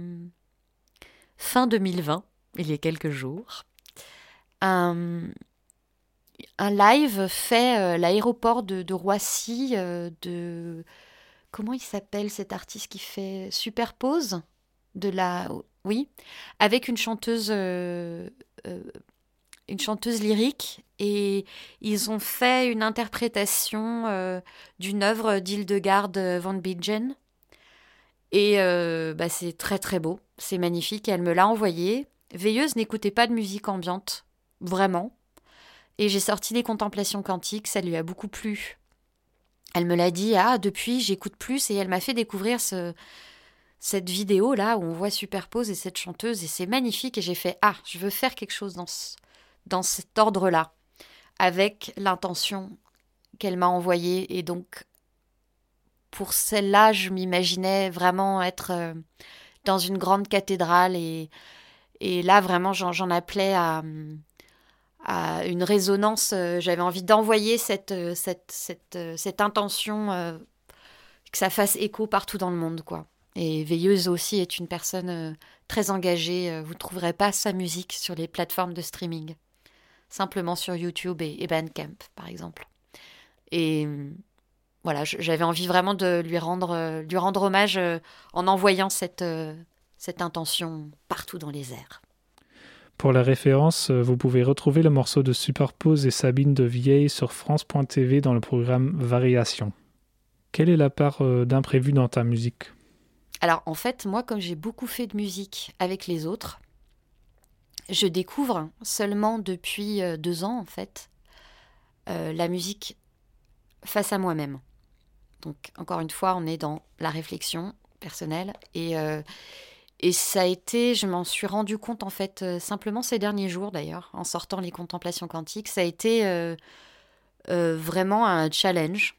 Speaker 2: fin 2020, il y a quelques jours, un live fait à l'aéroport de Roissy de... Comment il s'appelle cet artiste qui fait Superpose Oui, avec une chanteuse lyrique, et ils ont fait une interprétation d'une œuvre d'Hildegard von Bingen. Et c'est très très beau, c'est magnifique, et elle me l'a envoyé. Veilleuse n'écoutait pas de musique ambiante, vraiment. Et j'ai sorti les contemplations quantiques, ça lui a beaucoup plu. Elle me l'a dit, depuis j'écoute plus, et elle m'a fait découvrir cette vidéo-là où on voit Superpose et cette chanteuse, et c'est magnifique, et j'ai fait, je veux faire quelque chose dans cet ordre-là, avec l'intention qu'elle m'a envoyée. Et donc, pour celle-là, je m'imaginais vraiment être dans une grande cathédrale, et là, vraiment, j'en appelais à une résonance. J'avais envie d'envoyer cette intention, que ça fasse écho partout dans le monde, quoi. Et Veilleuse aussi est une personne très engagée. Vous ne trouverez pas sa musique sur les plateformes de streaming. Simplement sur YouTube et Bandcamp, par exemple. Et voilà, j'avais envie vraiment de lui rendre hommage en envoyant cette intention partout dans les airs.
Speaker 3: Pour la référence, vous pouvez retrouver le morceau de Superpose et Sabine de Vieille sur France.tv dans le programme Variations. Quelle est la part d'imprévu dans ta musique ?
Speaker 2: Alors en fait, moi, comme j'ai beaucoup fait de musique avec les autres, je découvre seulement depuis 2 ans, en fait, la musique face à moi-même. Donc, encore une fois, on est dans la réflexion personnelle. Et ça a été, je m'en suis rendu compte, en fait, simplement ces derniers jours, d'ailleurs, en sortant les contemplations quantiques. Ça a été vraiment un challenge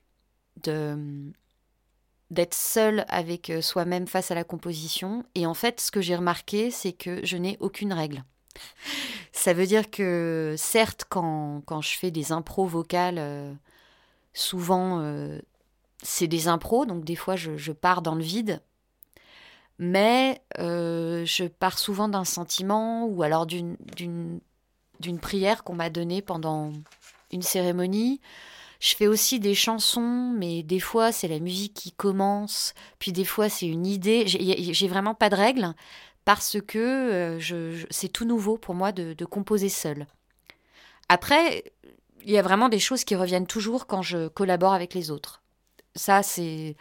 Speaker 2: d'être seule avec soi-même face à la composition. Et en fait, ce que j'ai remarqué, c'est que je n'ai aucune règle. Ça veut dire que, certes, quand je fais des impros vocales, souvent, c'est des impros, donc des fois, je pars dans le vide. Mais je pars souvent d'un sentiment, ou alors d'une prière qu'on m'a donnée pendant une cérémonie. Je fais aussi des chansons, mais des fois, c'est la musique qui commence, puis des fois, c'est une idée. J'ai vraiment pas de règles, parce que c'est tout nouveau pour moi de composer seule. Après, il y a vraiment des choses qui reviennent toujours quand je collabore avec les autres. Ça, c'est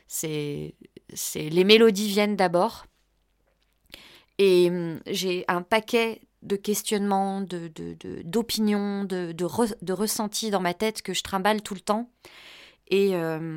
Speaker 2: les mélodies viennent d'abord. Et j'ai un paquet de questionnements, d'opinions, de ressentis dans ma tête que je trimballe tout le temps. Et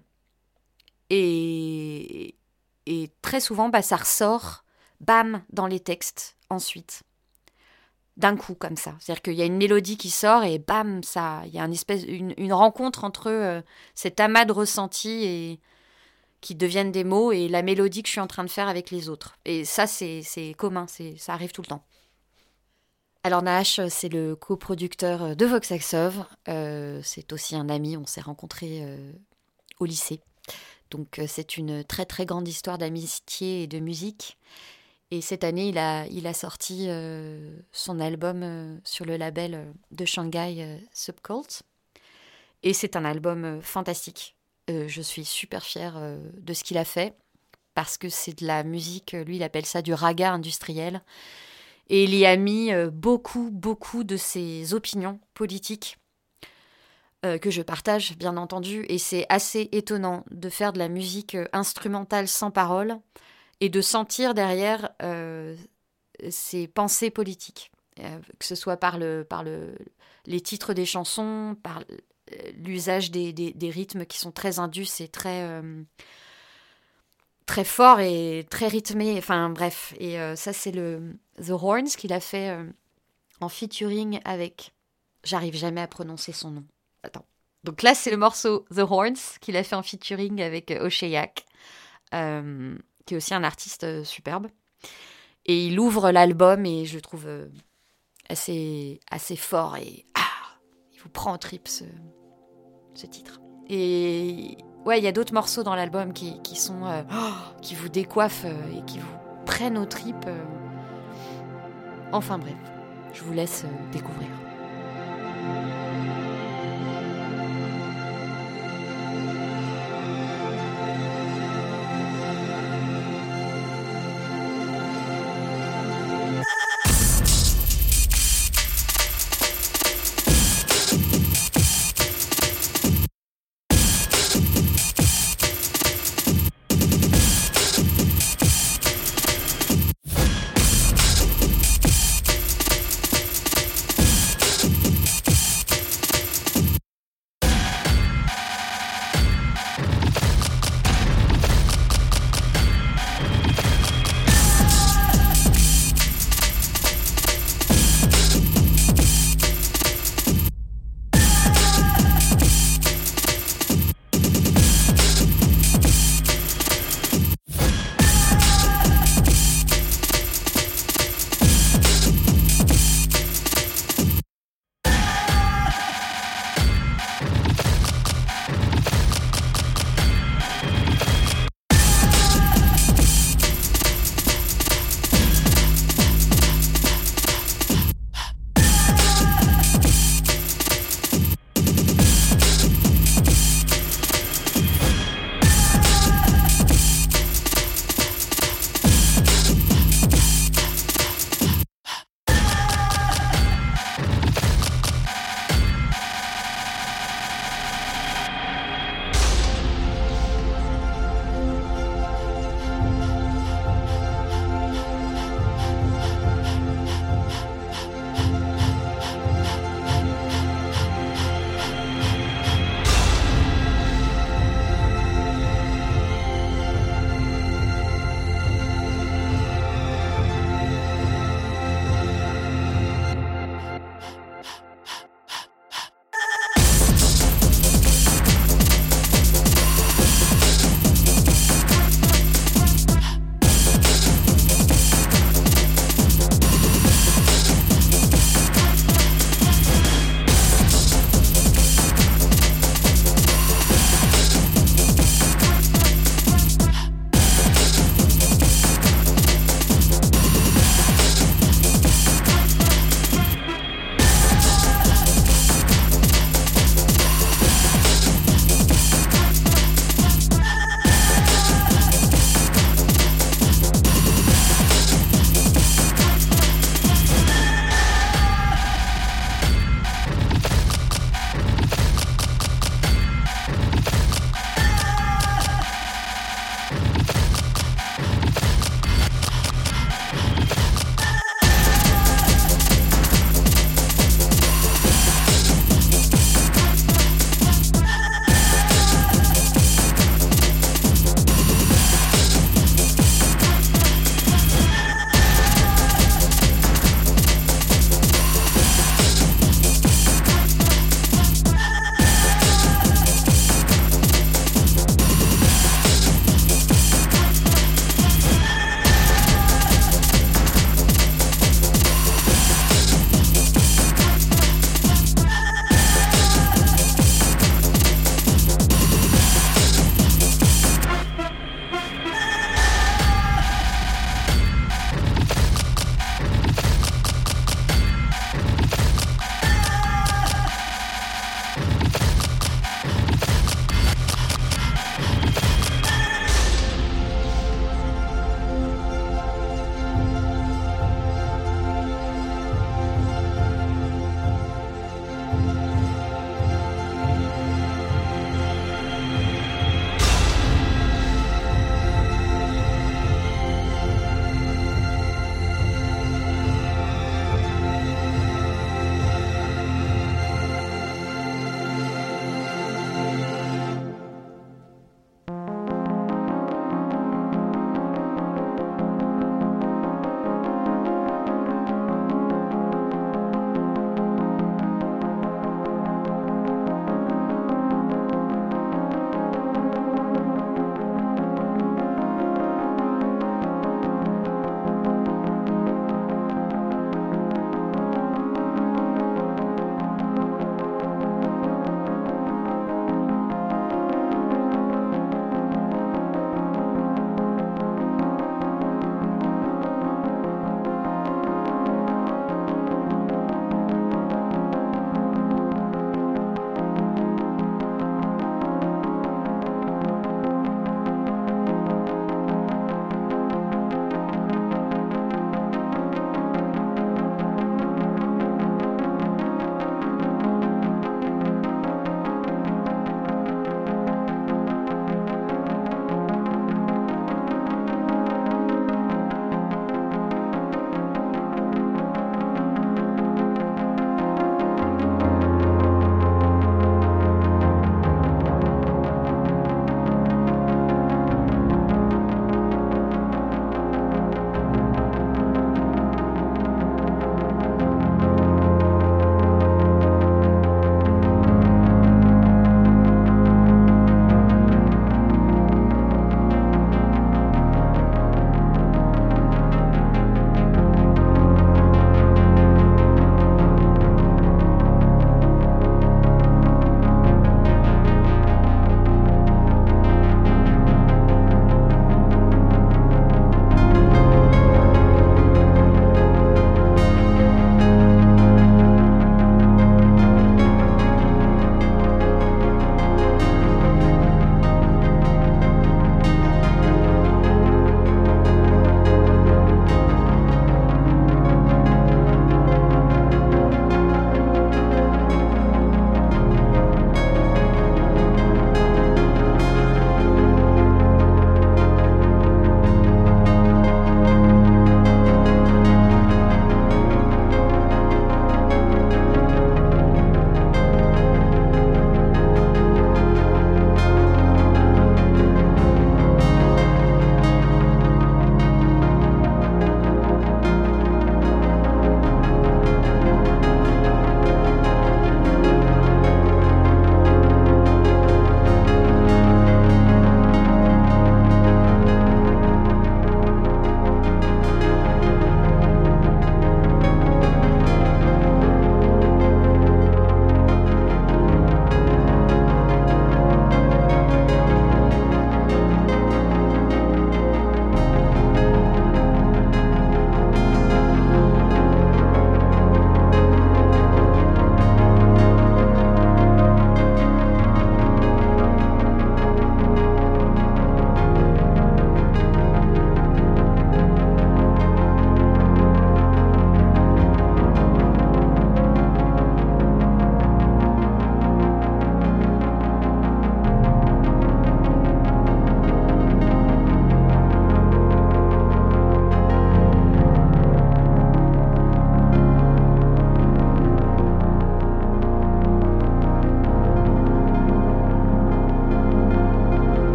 Speaker 2: très souvent, ça ressort, bam, dans les textes, ensuite. D'un coup, comme ça. C'est-à-dire qu'il y a une mélodie qui sort, et bam, il y a une rencontre entre cet amas de ressentis et qui deviennent des mots, et la mélodie que je suis en train de faire avec les autres. Et ça, c'est commun, ça arrive tout le temps. Alors Nash, c'est le coproducteur de Voxaxov. C'est aussi un ami, on s'est rencontrés au lycée. Donc c'est une très très grande histoire d'amitié et de musique. Et cette année, il a sorti son album sur le label de Shanghai Subcult. Et c'est un album fantastique. Je suis super fière de ce qu'il a fait, parce que c'est de la musique, lui il appelle ça du raga industriel, et il y a mis beaucoup de ses opinions politiques que je partage bien entendu, et c'est assez étonnant de faire de la musique instrumentale sans parole et de sentir derrière ses pensées politiques, que ce soit par les titres des chansons, par l'usage des rythmes qui sont très indus et très forts et très rythmés. Enfin bref, et ça c'est The Horns qu'il a fait en featuring avec... J'arrive jamais à prononcer son nom. Attends. Donc là c'est le morceau The Horns qu'il a fait en featuring avec Oshea-Yak, qui est aussi un artiste superbe. Et il ouvre l'album et je le trouve assez fort et il vous prend en tripes ce titre. Et ouais, il y a d'autres morceaux dans l'album qui vous décoiffent et qui vous prennent aux tripes. Enfin bref, je vous laisse découvrir.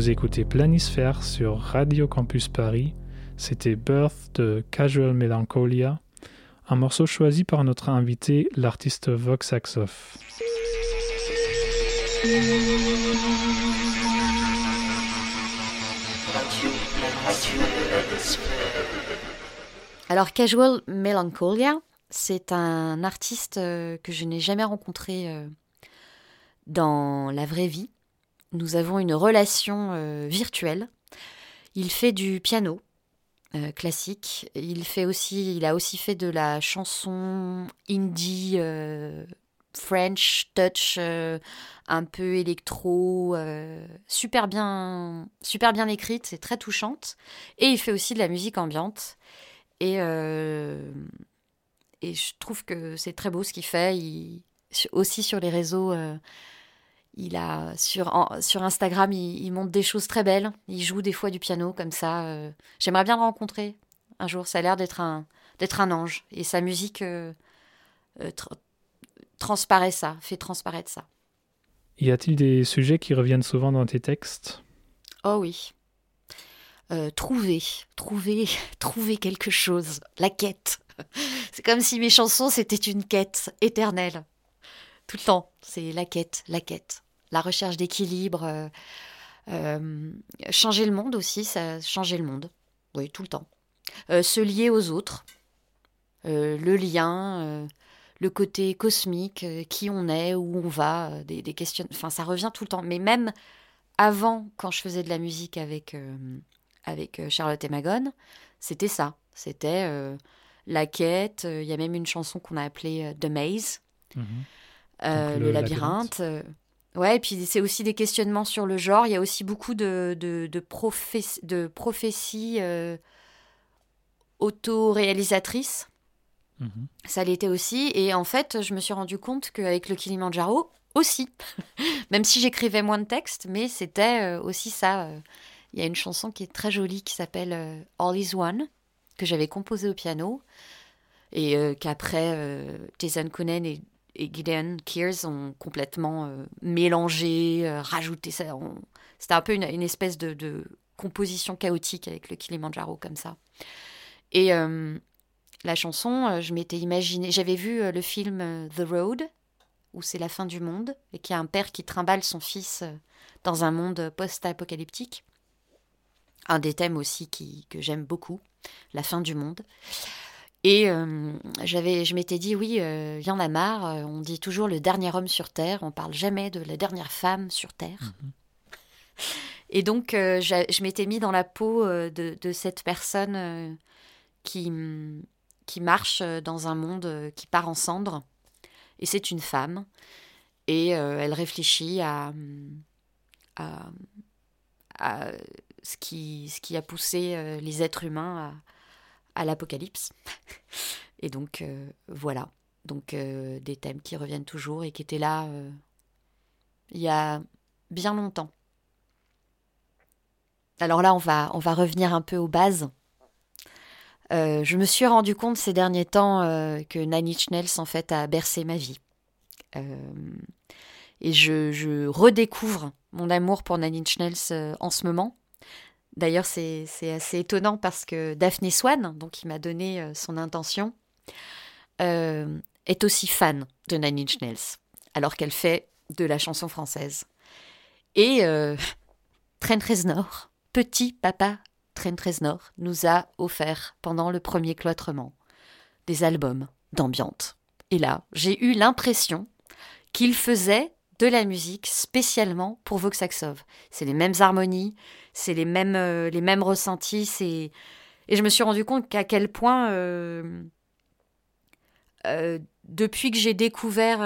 Speaker 3: Vous écoutez Planisphère sur Radio Campus Paris. C'était Birth de Casual Melancholia, un morceau choisi par notre invité, l'artiste Vox Axoff.
Speaker 2: Alors, Casual Melancholia, c'est un artiste que je n'ai jamais rencontré dans la vraie vie. Nous avons une relation virtuelle. Il fait du piano classique. Il a aussi fait de la chanson indie, French touch, un peu électro, super bien écrite, c'est très touchante. Et il fait aussi de la musique ambiante. Et je trouve que c'est très beau ce qu'il fait. Aussi sur les réseaux, sur Instagram, il montre des choses très belles. Il joue des fois du piano comme ça. J'aimerais bien le rencontrer un jour. Ça a l'air d'être un ange. Et sa musique fait transparaître ça.
Speaker 3: Y a-t-il des sujets qui reviennent souvent dans tes textes ?
Speaker 2: Oh oui. Trouver quelque chose, la quête. C'est comme si mes chansons, c'était une quête éternelle. Tout le temps, c'est la quête. La recherche d'équilibre. Changer le monde aussi, ça changer le monde. Oui, tout le temps. Se lier aux autres. Le lien, le côté cosmique, qui on est, où on va, des questions. Enfin, ça revient tout le temps. Mais même avant, quand je faisais de la musique avec Charlotte et Magone, c'était ça. C'était la quête. Il y a même une chanson qu'on a appelée The Maze, le labyrinthe. Ouais, et puis c'est aussi des questionnements sur le genre. Il y a aussi beaucoup de prophéties auto-réalisatrices. Ça l'était aussi. Et en fait, je me suis rendu compte qu'avec le Kilimandjaro aussi, même si j'écrivais moins de textes, mais c'était aussi ça. Il y a une chanson qui est très jolie qui s'appelle All Is One, que j'avais composée au piano, et qu'après Jason Kunen et Gideon Kears ont complètement mélangé, rajouté ça. C'était un peu une espèce de composition chaotique avec le Kilimandjaro comme ça. Et la chanson, je m'étais imaginé, j'avais vu le film The Road, où c'est la fin du monde, et qu'il y a un père qui trimballe son fils dans un monde post-apocalyptique. Un des thèmes aussi que j'aime beaucoup, la fin du monde. Et je m'étais dit, oui, y en a marre, on dit toujours le dernier homme sur Terre, on parle jamais de la dernière femme sur Terre. Et donc, je m'étais mis dans la peau de cette personne qui marche dans un monde qui part en cendres. Et c'est une femme. Et elle réfléchit à ce qui a poussé les êtres humains à l'apocalypse. Et donc, voilà. Donc, des thèmes qui reviennent toujours et qui étaient là il y a bien longtemps. Alors là, on va revenir un peu aux bases. Je me suis rendu compte ces derniers temps que Nine Inch Nails, en fait, a bercé ma vie. Et je redécouvre mon amour pour Nine Inch Nails en ce moment. D'ailleurs, c'est assez étonnant parce que Daphne Swan, donc qui m'a donné son intention, est aussi fan de Nine Inch Nails, alors qu'elle fait de la chanson française. Et Trent Reznor, petit papa Trent Reznor, nous a offert pendant le premier cloîtrement des albums d'ambiance. Et là, j'ai eu l'impression qu'il faisait de la musique spécialement pour Vox Axoff. C'est les mêmes harmonies, c'est les mêmes ressentis. Et je me suis rendu compte qu'à quel point, depuis que j'ai découvert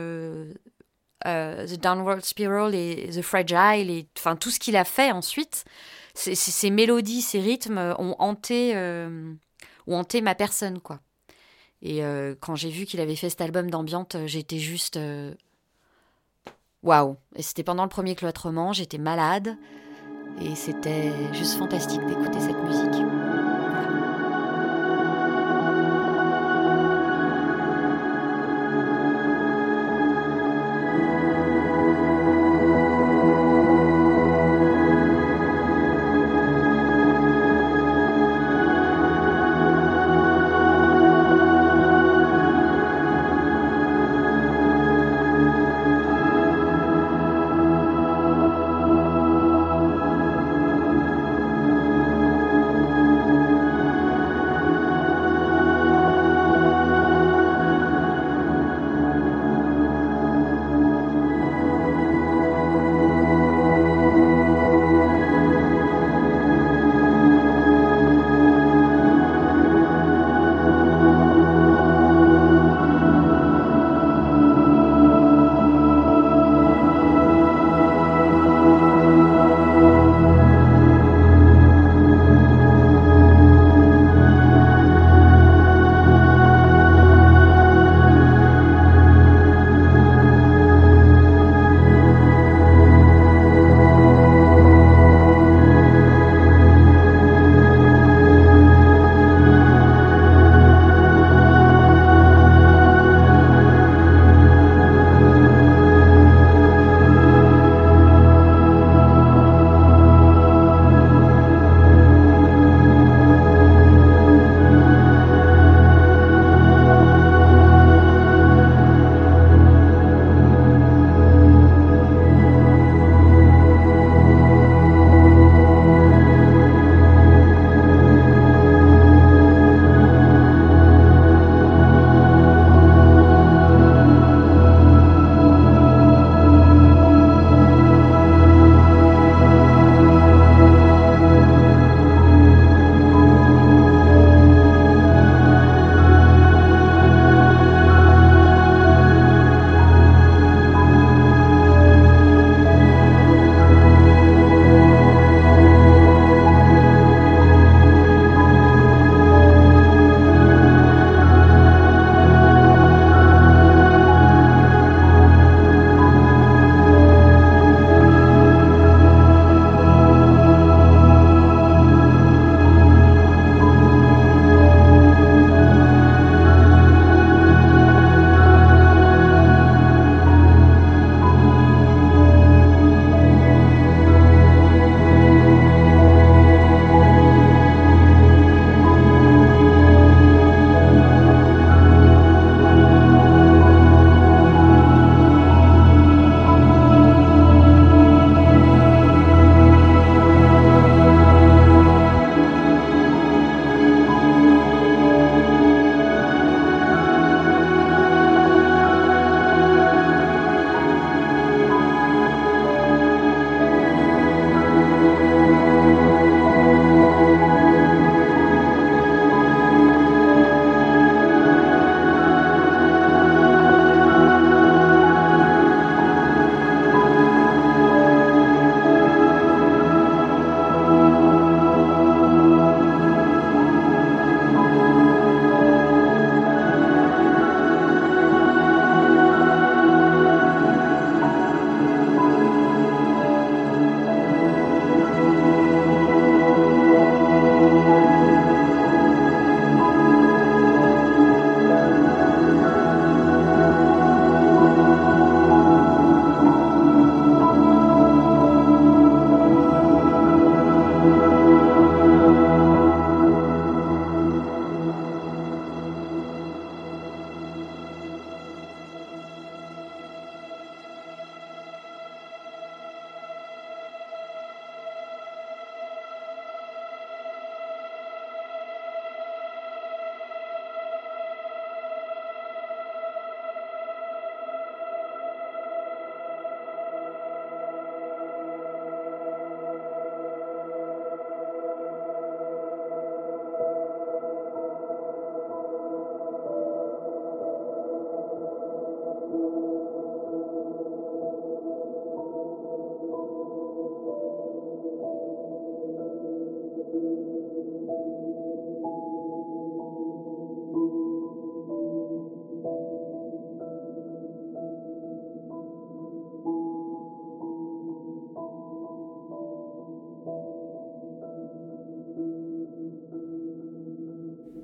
Speaker 2: The Downward Spiral et The Fragile, et enfin tout ce qu'il a fait ensuite, ces mélodies, ces rythmes ont hanté ma personne, quoi. Et quand j'ai vu qu'il avait fait cet album d'ambiance, j'étais juste... waouh! Et c'était pendant le premier cloîtrement, j'étais malade, et c'était juste fantastique d'écouter cette musique.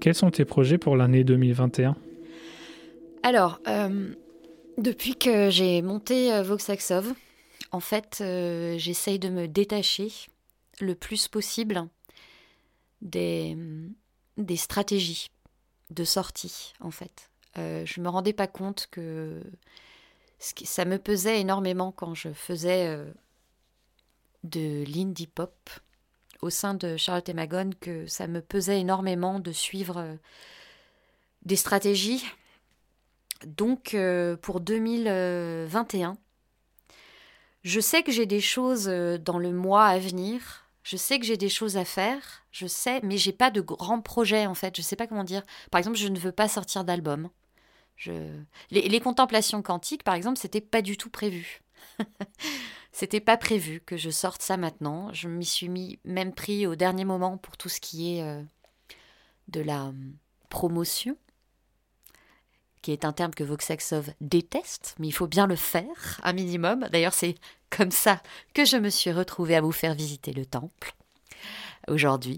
Speaker 3: Quels sont tes projets pour l'année 2021 ?
Speaker 2: Alors, depuis que j'ai monté Voxaxov, en fait, j'essaye de me détacher le plus possible des stratégies de sortie, en fait. Je me rendais pas compte que ça me pesait énormément quand je faisais de l'indie pop au sein de Charlotte et Magone, que ça me pesait énormément de suivre des stratégies. Donc, pour 2021, je sais que j'ai des choses dans le mois à venir. Je sais que j'ai des choses à faire. Je sais, mais j'ai pas de grands projets, en fait. Je sais pas comment dire. Par exemple, je ne veux pas sortir d'album. Les contemplations quantiques, par exemple, c'était pas du tout prévu. C'était pas prévu que je sorte ça maintenant. Je m'y suis même pris au dernier moment pour tout ce qui est de la promotion, qui est un terme que Voxaxov déteste, mais il faut bien le faire, un minimum. D'ailleurs, c'est comme ça que je me suis retrouvée à vous faire visiter le temple, aujourd'hui.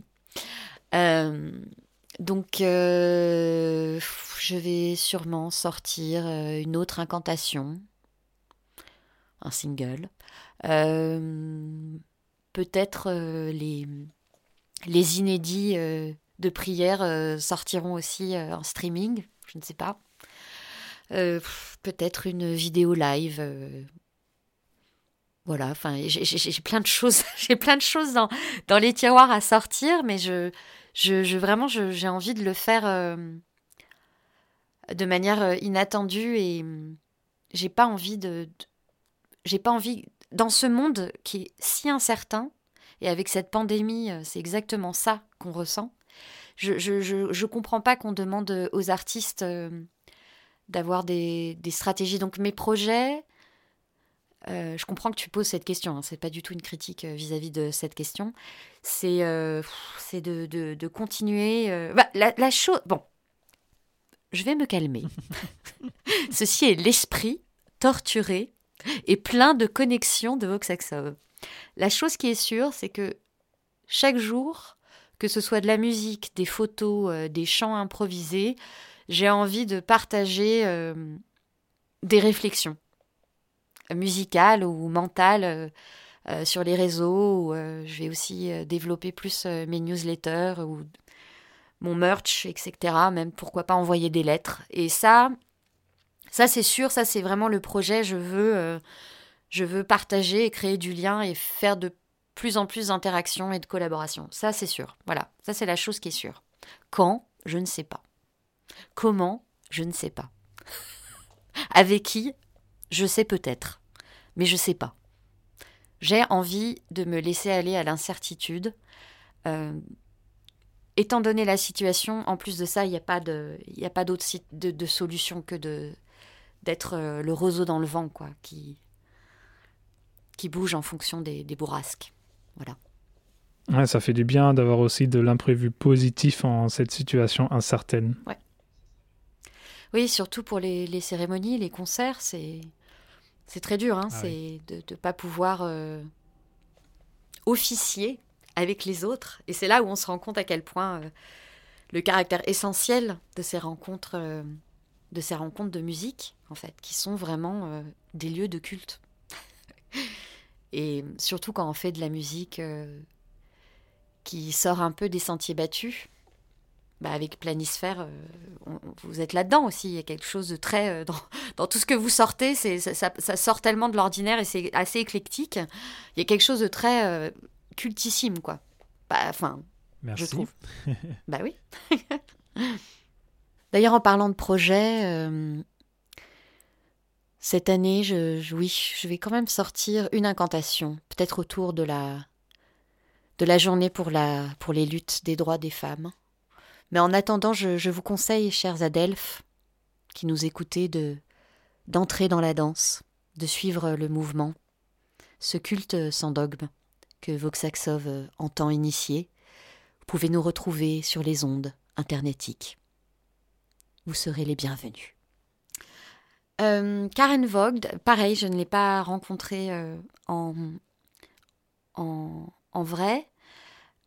Speaker 2: Donc, je vais sûrement sortir une autre incantation, un single. Peut-être les inédits de prière sortiront aussi en streaming, je ne sais pas. Peut-être une vidéo live. Voilà, enfin, j'ai plein de choses, j'ai plein de choses dans les tiroirs à sortir, mais vraiment, j'ai envie de le faire de manière inattendue, et j'ai pas envie dans ce monde qui est si incertain, et avec cette pandémie, c'est exactement ça qu'on ressent. Je comprends pas qu'on demande aux artistes d'avoir des stratégies. Donc mes projets, je comprends que tu poses cette question, hein, c'est pas du tout une critique vis-à-vis de cette question, c'est de continuer. La chose... Bon, je vais me calmer. Ceci est l'esprit torturé et plein de connexions de Voxaxov. La chose qui est sûre, c'est que chaque jour, que ce soit de la musique, des photos, des chants improvisés, j'ai envie de partager des réflexions musicales ou mentales sur les réseaux. Je vais aussi développer plus mes newsletters ou mon merch, etc. Même pourquoi pas envoyer des lettres. Et ça c'est sûr, ça c'est vraiment le projet. Je veux partager et créer du lien et faire de plus en plus d'interactions et de collaborations. Ça c'est sûr. Voilà, ça c'est la chose qui est sûre. Quand ? Je ne sais pas. Comment ? Je ne sais pas. Avec qui ? Je sais peut-être, mais je sais pas. J'ai envie de me laisser aller à l'incertitude. Étant donné la situation, en plus de ça, il n'y a pas d'autre de solution que d'être le roseau dans le vent, quoi, qui bouge en fonction des bourrasques. Voilà.
Speaker 3: Ouais, ça fait du bien d'avoir aussi de l'imprévu positif en cette situation incertaine.
Speaker 2: Ouais. Oui, surtout pour les cérémonies, les concerts, c'est très dur. Hein, c'est de ne pas pouvoir officier avec les autres. Et c'est là où on se rend compte à quel point le caractère essentiel de ces rencontres de musique, en fait, qui sont vraiment des lieux de culte. Et surtout quand on fait de la musique qui sort un peu des sentiers battus. Avec Planisphère, vous êtes là-dedans aussi. Il y a quelque chose de très... dans tout ce que vous sortez, ça sort tellement de l'ordinaire et c'est assez éclectique. Il y a quelque chose de très cultissime, quoi.
Speaker 3: Merci.
Speaker 2: Je trouve. Oui. D'ailleurs, en parlant de projet, cette année, je vais quand même sortir une incantation, peut-être autour de la journée pour les luttes des droits des femmes. Mais en attendant, je vous conseille, chers Adelphes, qui nous écoutez, d'entrer dans la danse, de suivre le mouvement, ce culte sans dogme que Voxaxov entend initier. Vous pouvez nous retrouver sur les ondes internetiques. Vous serez les bienvenus. Karen Vogt, pareil, je ne l'ai pas rencontrée en vrai.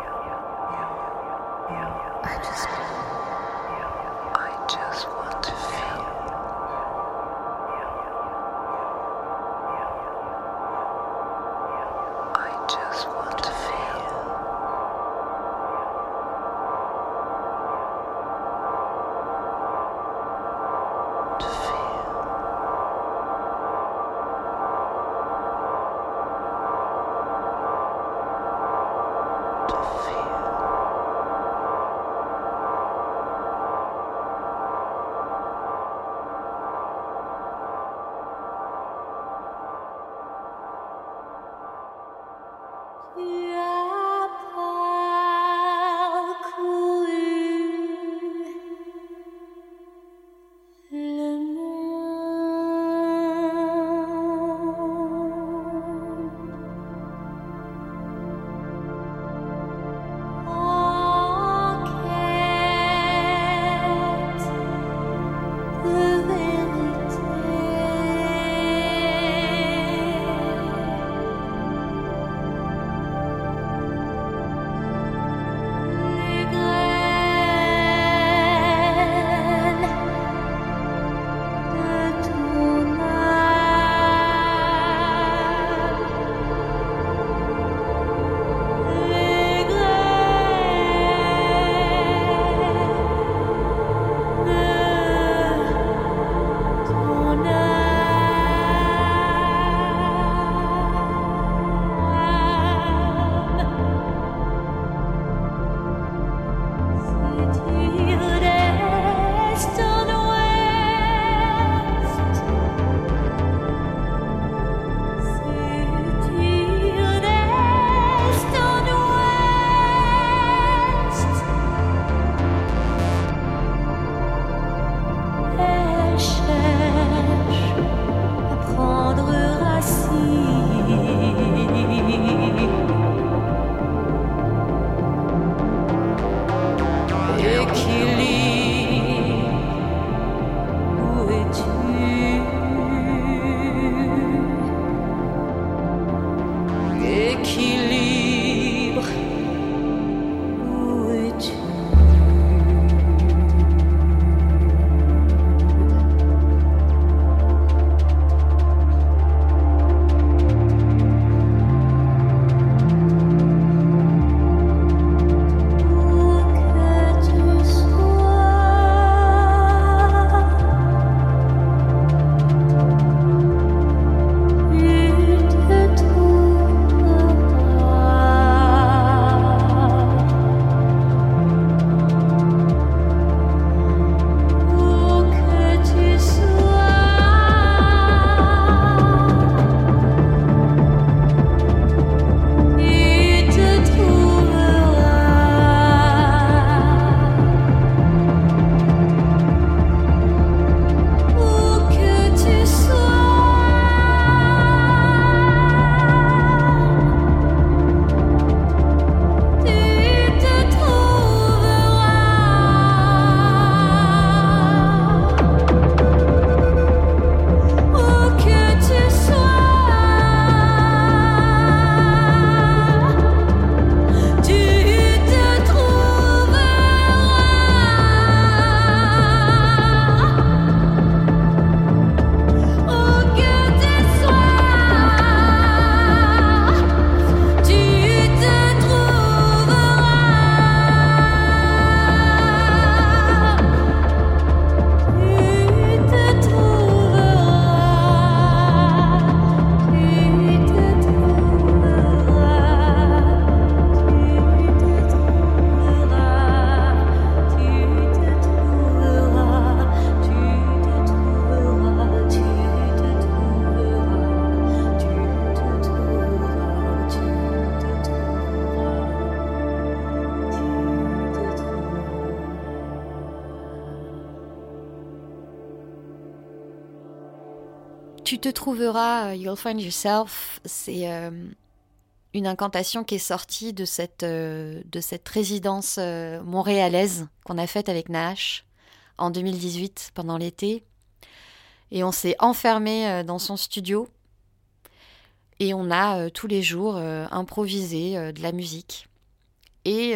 Speaker 2: Tu te trouveras, you'll find yourself, c'est une incantation qui est sortie de cette résidence montréalaise qu'on a faite avec Nash en 2018 pendant l'été. Et on s'est enfermé dans son studio et on a tous les jours improvisé de la musique. Et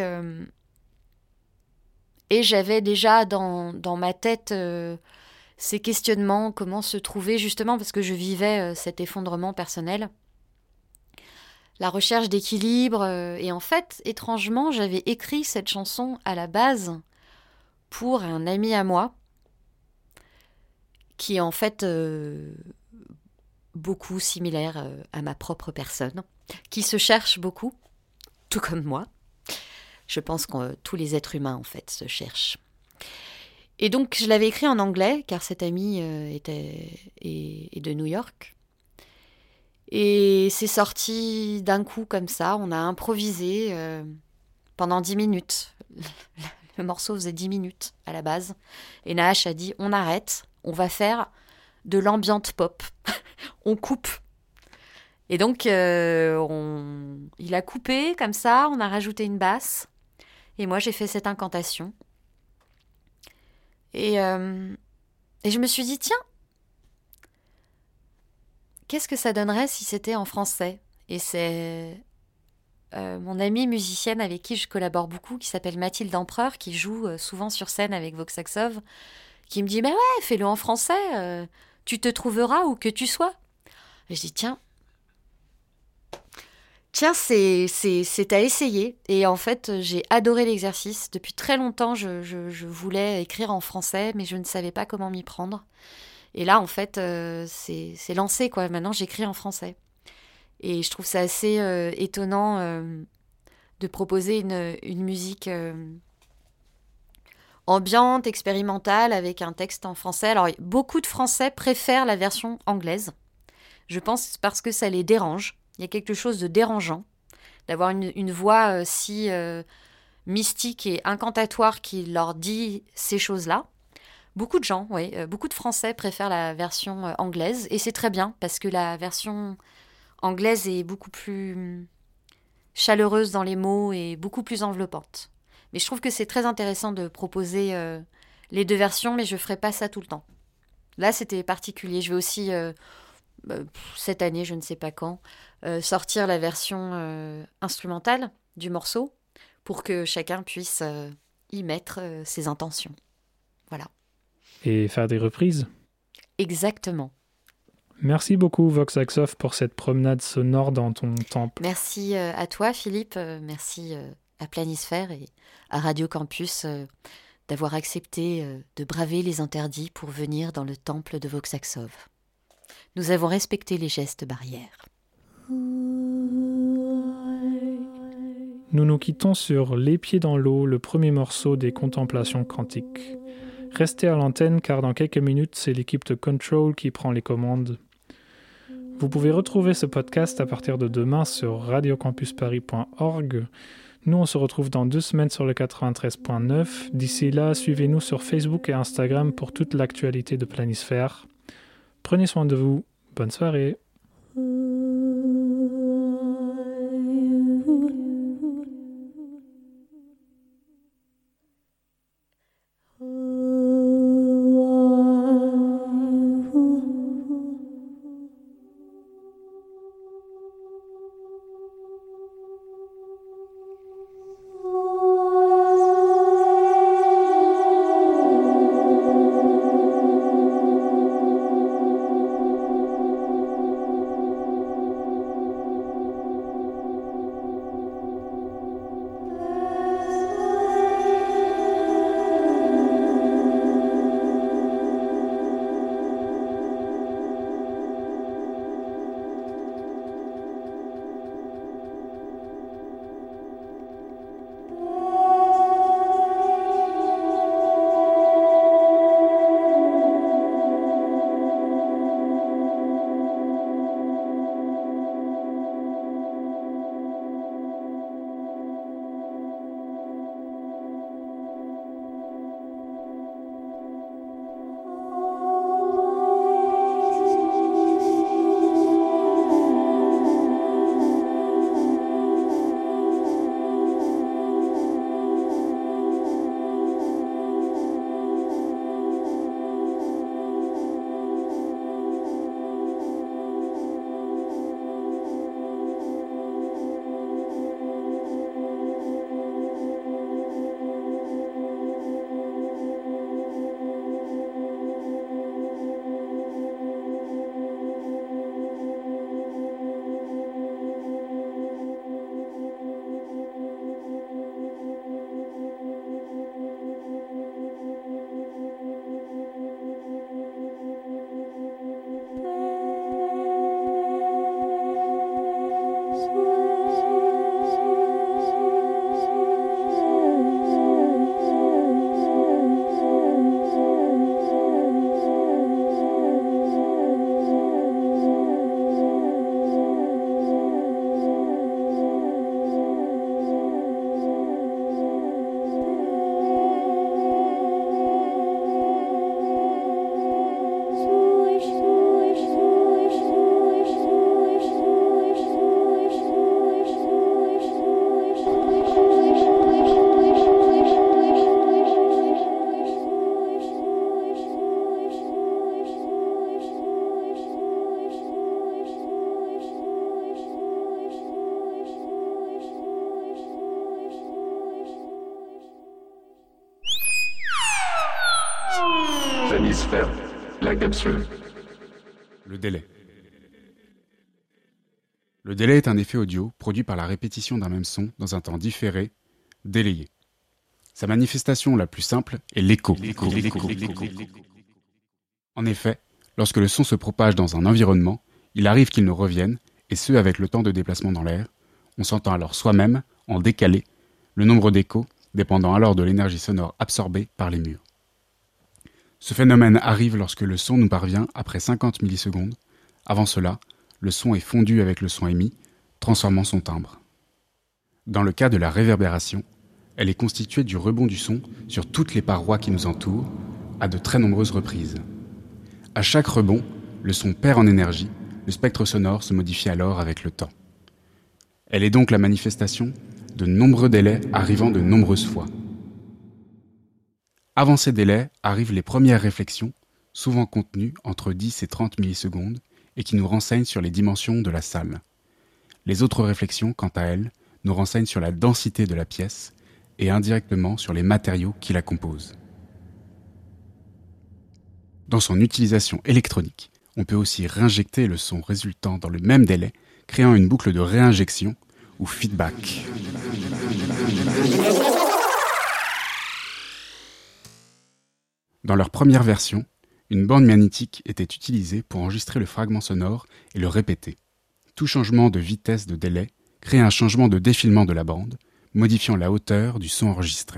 Speaker 2: j'avais déjà dans ma tête ces questionnements, comment se trouver, justement parce que je vivais cet effondrement personnel. La recherche d'équilibre. Et en fait, étrangement, j'avais écrit cette chanson à la base pour un ami à moi, qui est en fait beaucoup similaire à ma propre personne, qui se cherche beaucoup, tout comme moi. Je pense que tous les êtres humains, en fait, se cherchent. Et donc, je l'avais écrit en anglais, car cet ami est de New York. Et c'est sorti d'un coup, comme ça. On a improvisé pendant 10 minutes. Le morceau faisait 10 minutes à la base. Et Nash a dit, on arrête, on va faire de l'ambiante pop. On coupe. Et donc, il a coupé comme ça, on a rajouté une basse. Et moi, j'ai fait cette incantation. Et je me suis dit, tiens, qu'est-ce que ça donnerait si c'était en français ? Et c'est mon amie musicienne avec qui je collabore beaucoup, qui s'appelle Mathilde Empereur, qui joue souvent sur scène avec Vox Saxov, qui me dit, mais ouais, fais-le en français, tu te trouveras où que tu sois. Et je dis, tiens, c'est à essayer. Et en fait, j'ai adoré l'exercice. Depuis très longtemps, je voulais écrire en français, mais je ne savais pas comment m'y prendre. Et là, en fait, c'est lancé, quoi. Maintenant, j'écris en français. Et je trouve ça assez étonnant de proposer une musique ambiante, expérimentale, avec un texte en français. Alors, beaucoup de Français préfèrent la version anglaise. Je pense parce que ça les dérange. Il y a quelque chose de dérangeant d'avoir une voix si mystique et incantatoire qui leur dit ces choses-là. Beaucoup de gens, oui, beaucoup de Français préfèrent la version anglaise. Et c'est très bien parce que la version anglaise est beaucoup plus chaleureuse dans les mots et beaucoup plus enveloppante. Mais je trouve que c'est très intéressant de proposer les deux versions, mais je ne ferai pas ça tout le temps. Là, c'était particulier. Je vais aussi... cette année, je ne sais pas quand, sortir la version instrumentale du morceau pour que chacun puisse y mettre ses intentions. Voilà.
Speaker 3: Et faire des reprises.
Speaker 2: Exactement.
Speaker 3: Merci beaucoup, Vox Saxov, pour cette promenade sonore dans ton temple.
Speaker 2: Merci à toi, Philippe. Merci à Planisphère et à Radio Campus d'avoir accepté de braver les interdits pour venir dans le temple de Vox Saxov. Nous avons respecté les gestes barrières.
Speaker 3: Nous nous quittons sur Les Pieds dans l'eau, le premier morceau des Contemplations quantiques. Restez à l'antenne car dans quelques minutes, c'est l'équipe de Control qui prend les commandes. Vous pouvez retrouver ce podcast à partir de demain sur radiocampusparis.org. Nous, on se retrouve dans 2 semaines sur le 93.9. D'ici là, suivez-nous sur Facebook et Instagram pour toute l'actualité de Planisphère. Prenez soin de vous. Bonne soirée.
Speaker 5: transfert la capsule.
Speaker 6: Le délai. Le délai est un effet audio produit par la répétition d'un même son dans un temps différé, délayé. Sa manifestation la plus simple est l'écho. En effet, lorsque le son se propage dans un environnement, il arrive qu'il nous revienne, et ce avec le temps de déplacement dans l'air. On s'entend alors soi-même, en décalé, le nombre d'échos dépendant alors de l'énergie sonore absorbée par les murs. Ce phénomène arrive lorsque le son nous parvient après 50 millisecondes. Avant cela, le son est fondu avec le son émis, transformant son timbre. Dans le cas de la réverbération, elle est constituée du rebond du son sur toutes les parois qui nous entourent, à de très nombreuses reprises. À chaque rebond, le son perd en énergie, le spectre sonore se modifie alors avec le temps. Elle est donc la manifestation de nombreux délais arrivant de nombreuses fois. Avant ces délais arrivent les premières réflexions, souvent contenues entre 10 et 30 millisecondes, et qui nous renseignent sur les dimensions de la salle. Les autres réflexions, quant à elles, nous renseignent sur la densité de la pièce et indirectement sur les matériaux qui la composent. Dans son utilisation électronique, on peut aussi réinjecter le son résultant dans le même délai, créant une boucle de réinjection ou feedback. Dans leur première version, une bande magnétique était utilisée pour enregistrer le fragment sonore et le répéter. Tout changement de vitesse de délai crée un changement de défilement de la bande, modifiant la hauteur du son enregistré.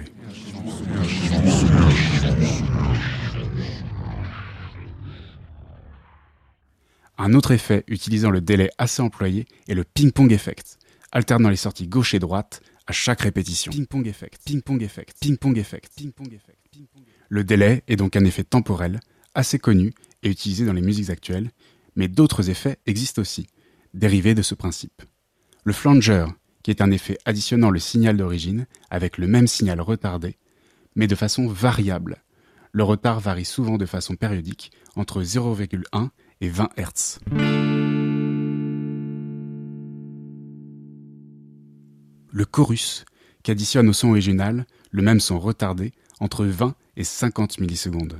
Speaker 6: Un autre effet utilisant le délai assez employé est le ping-pong effect, alternant les sorties gauche et droite à chaque répétition. Ping-pong effect, ping-pong effect, ping-pong effect, ping-pong effect, ping-pong effect. Le délai est donc un effet temporel, assez connu et utilisé dans les musiques actuelles, mais d'autres effets existent aussi, dérivés de ce principe. Le flanger, qui est un effet additionnant le signal d'origine avec le même signal retardé, mais de façon variable. Le retard varie souvent de façon périodique entre 0,1 et 20 Hz. Le chorus, qui additionne au son original le même son retardé entre 20 et 50 millisecondes.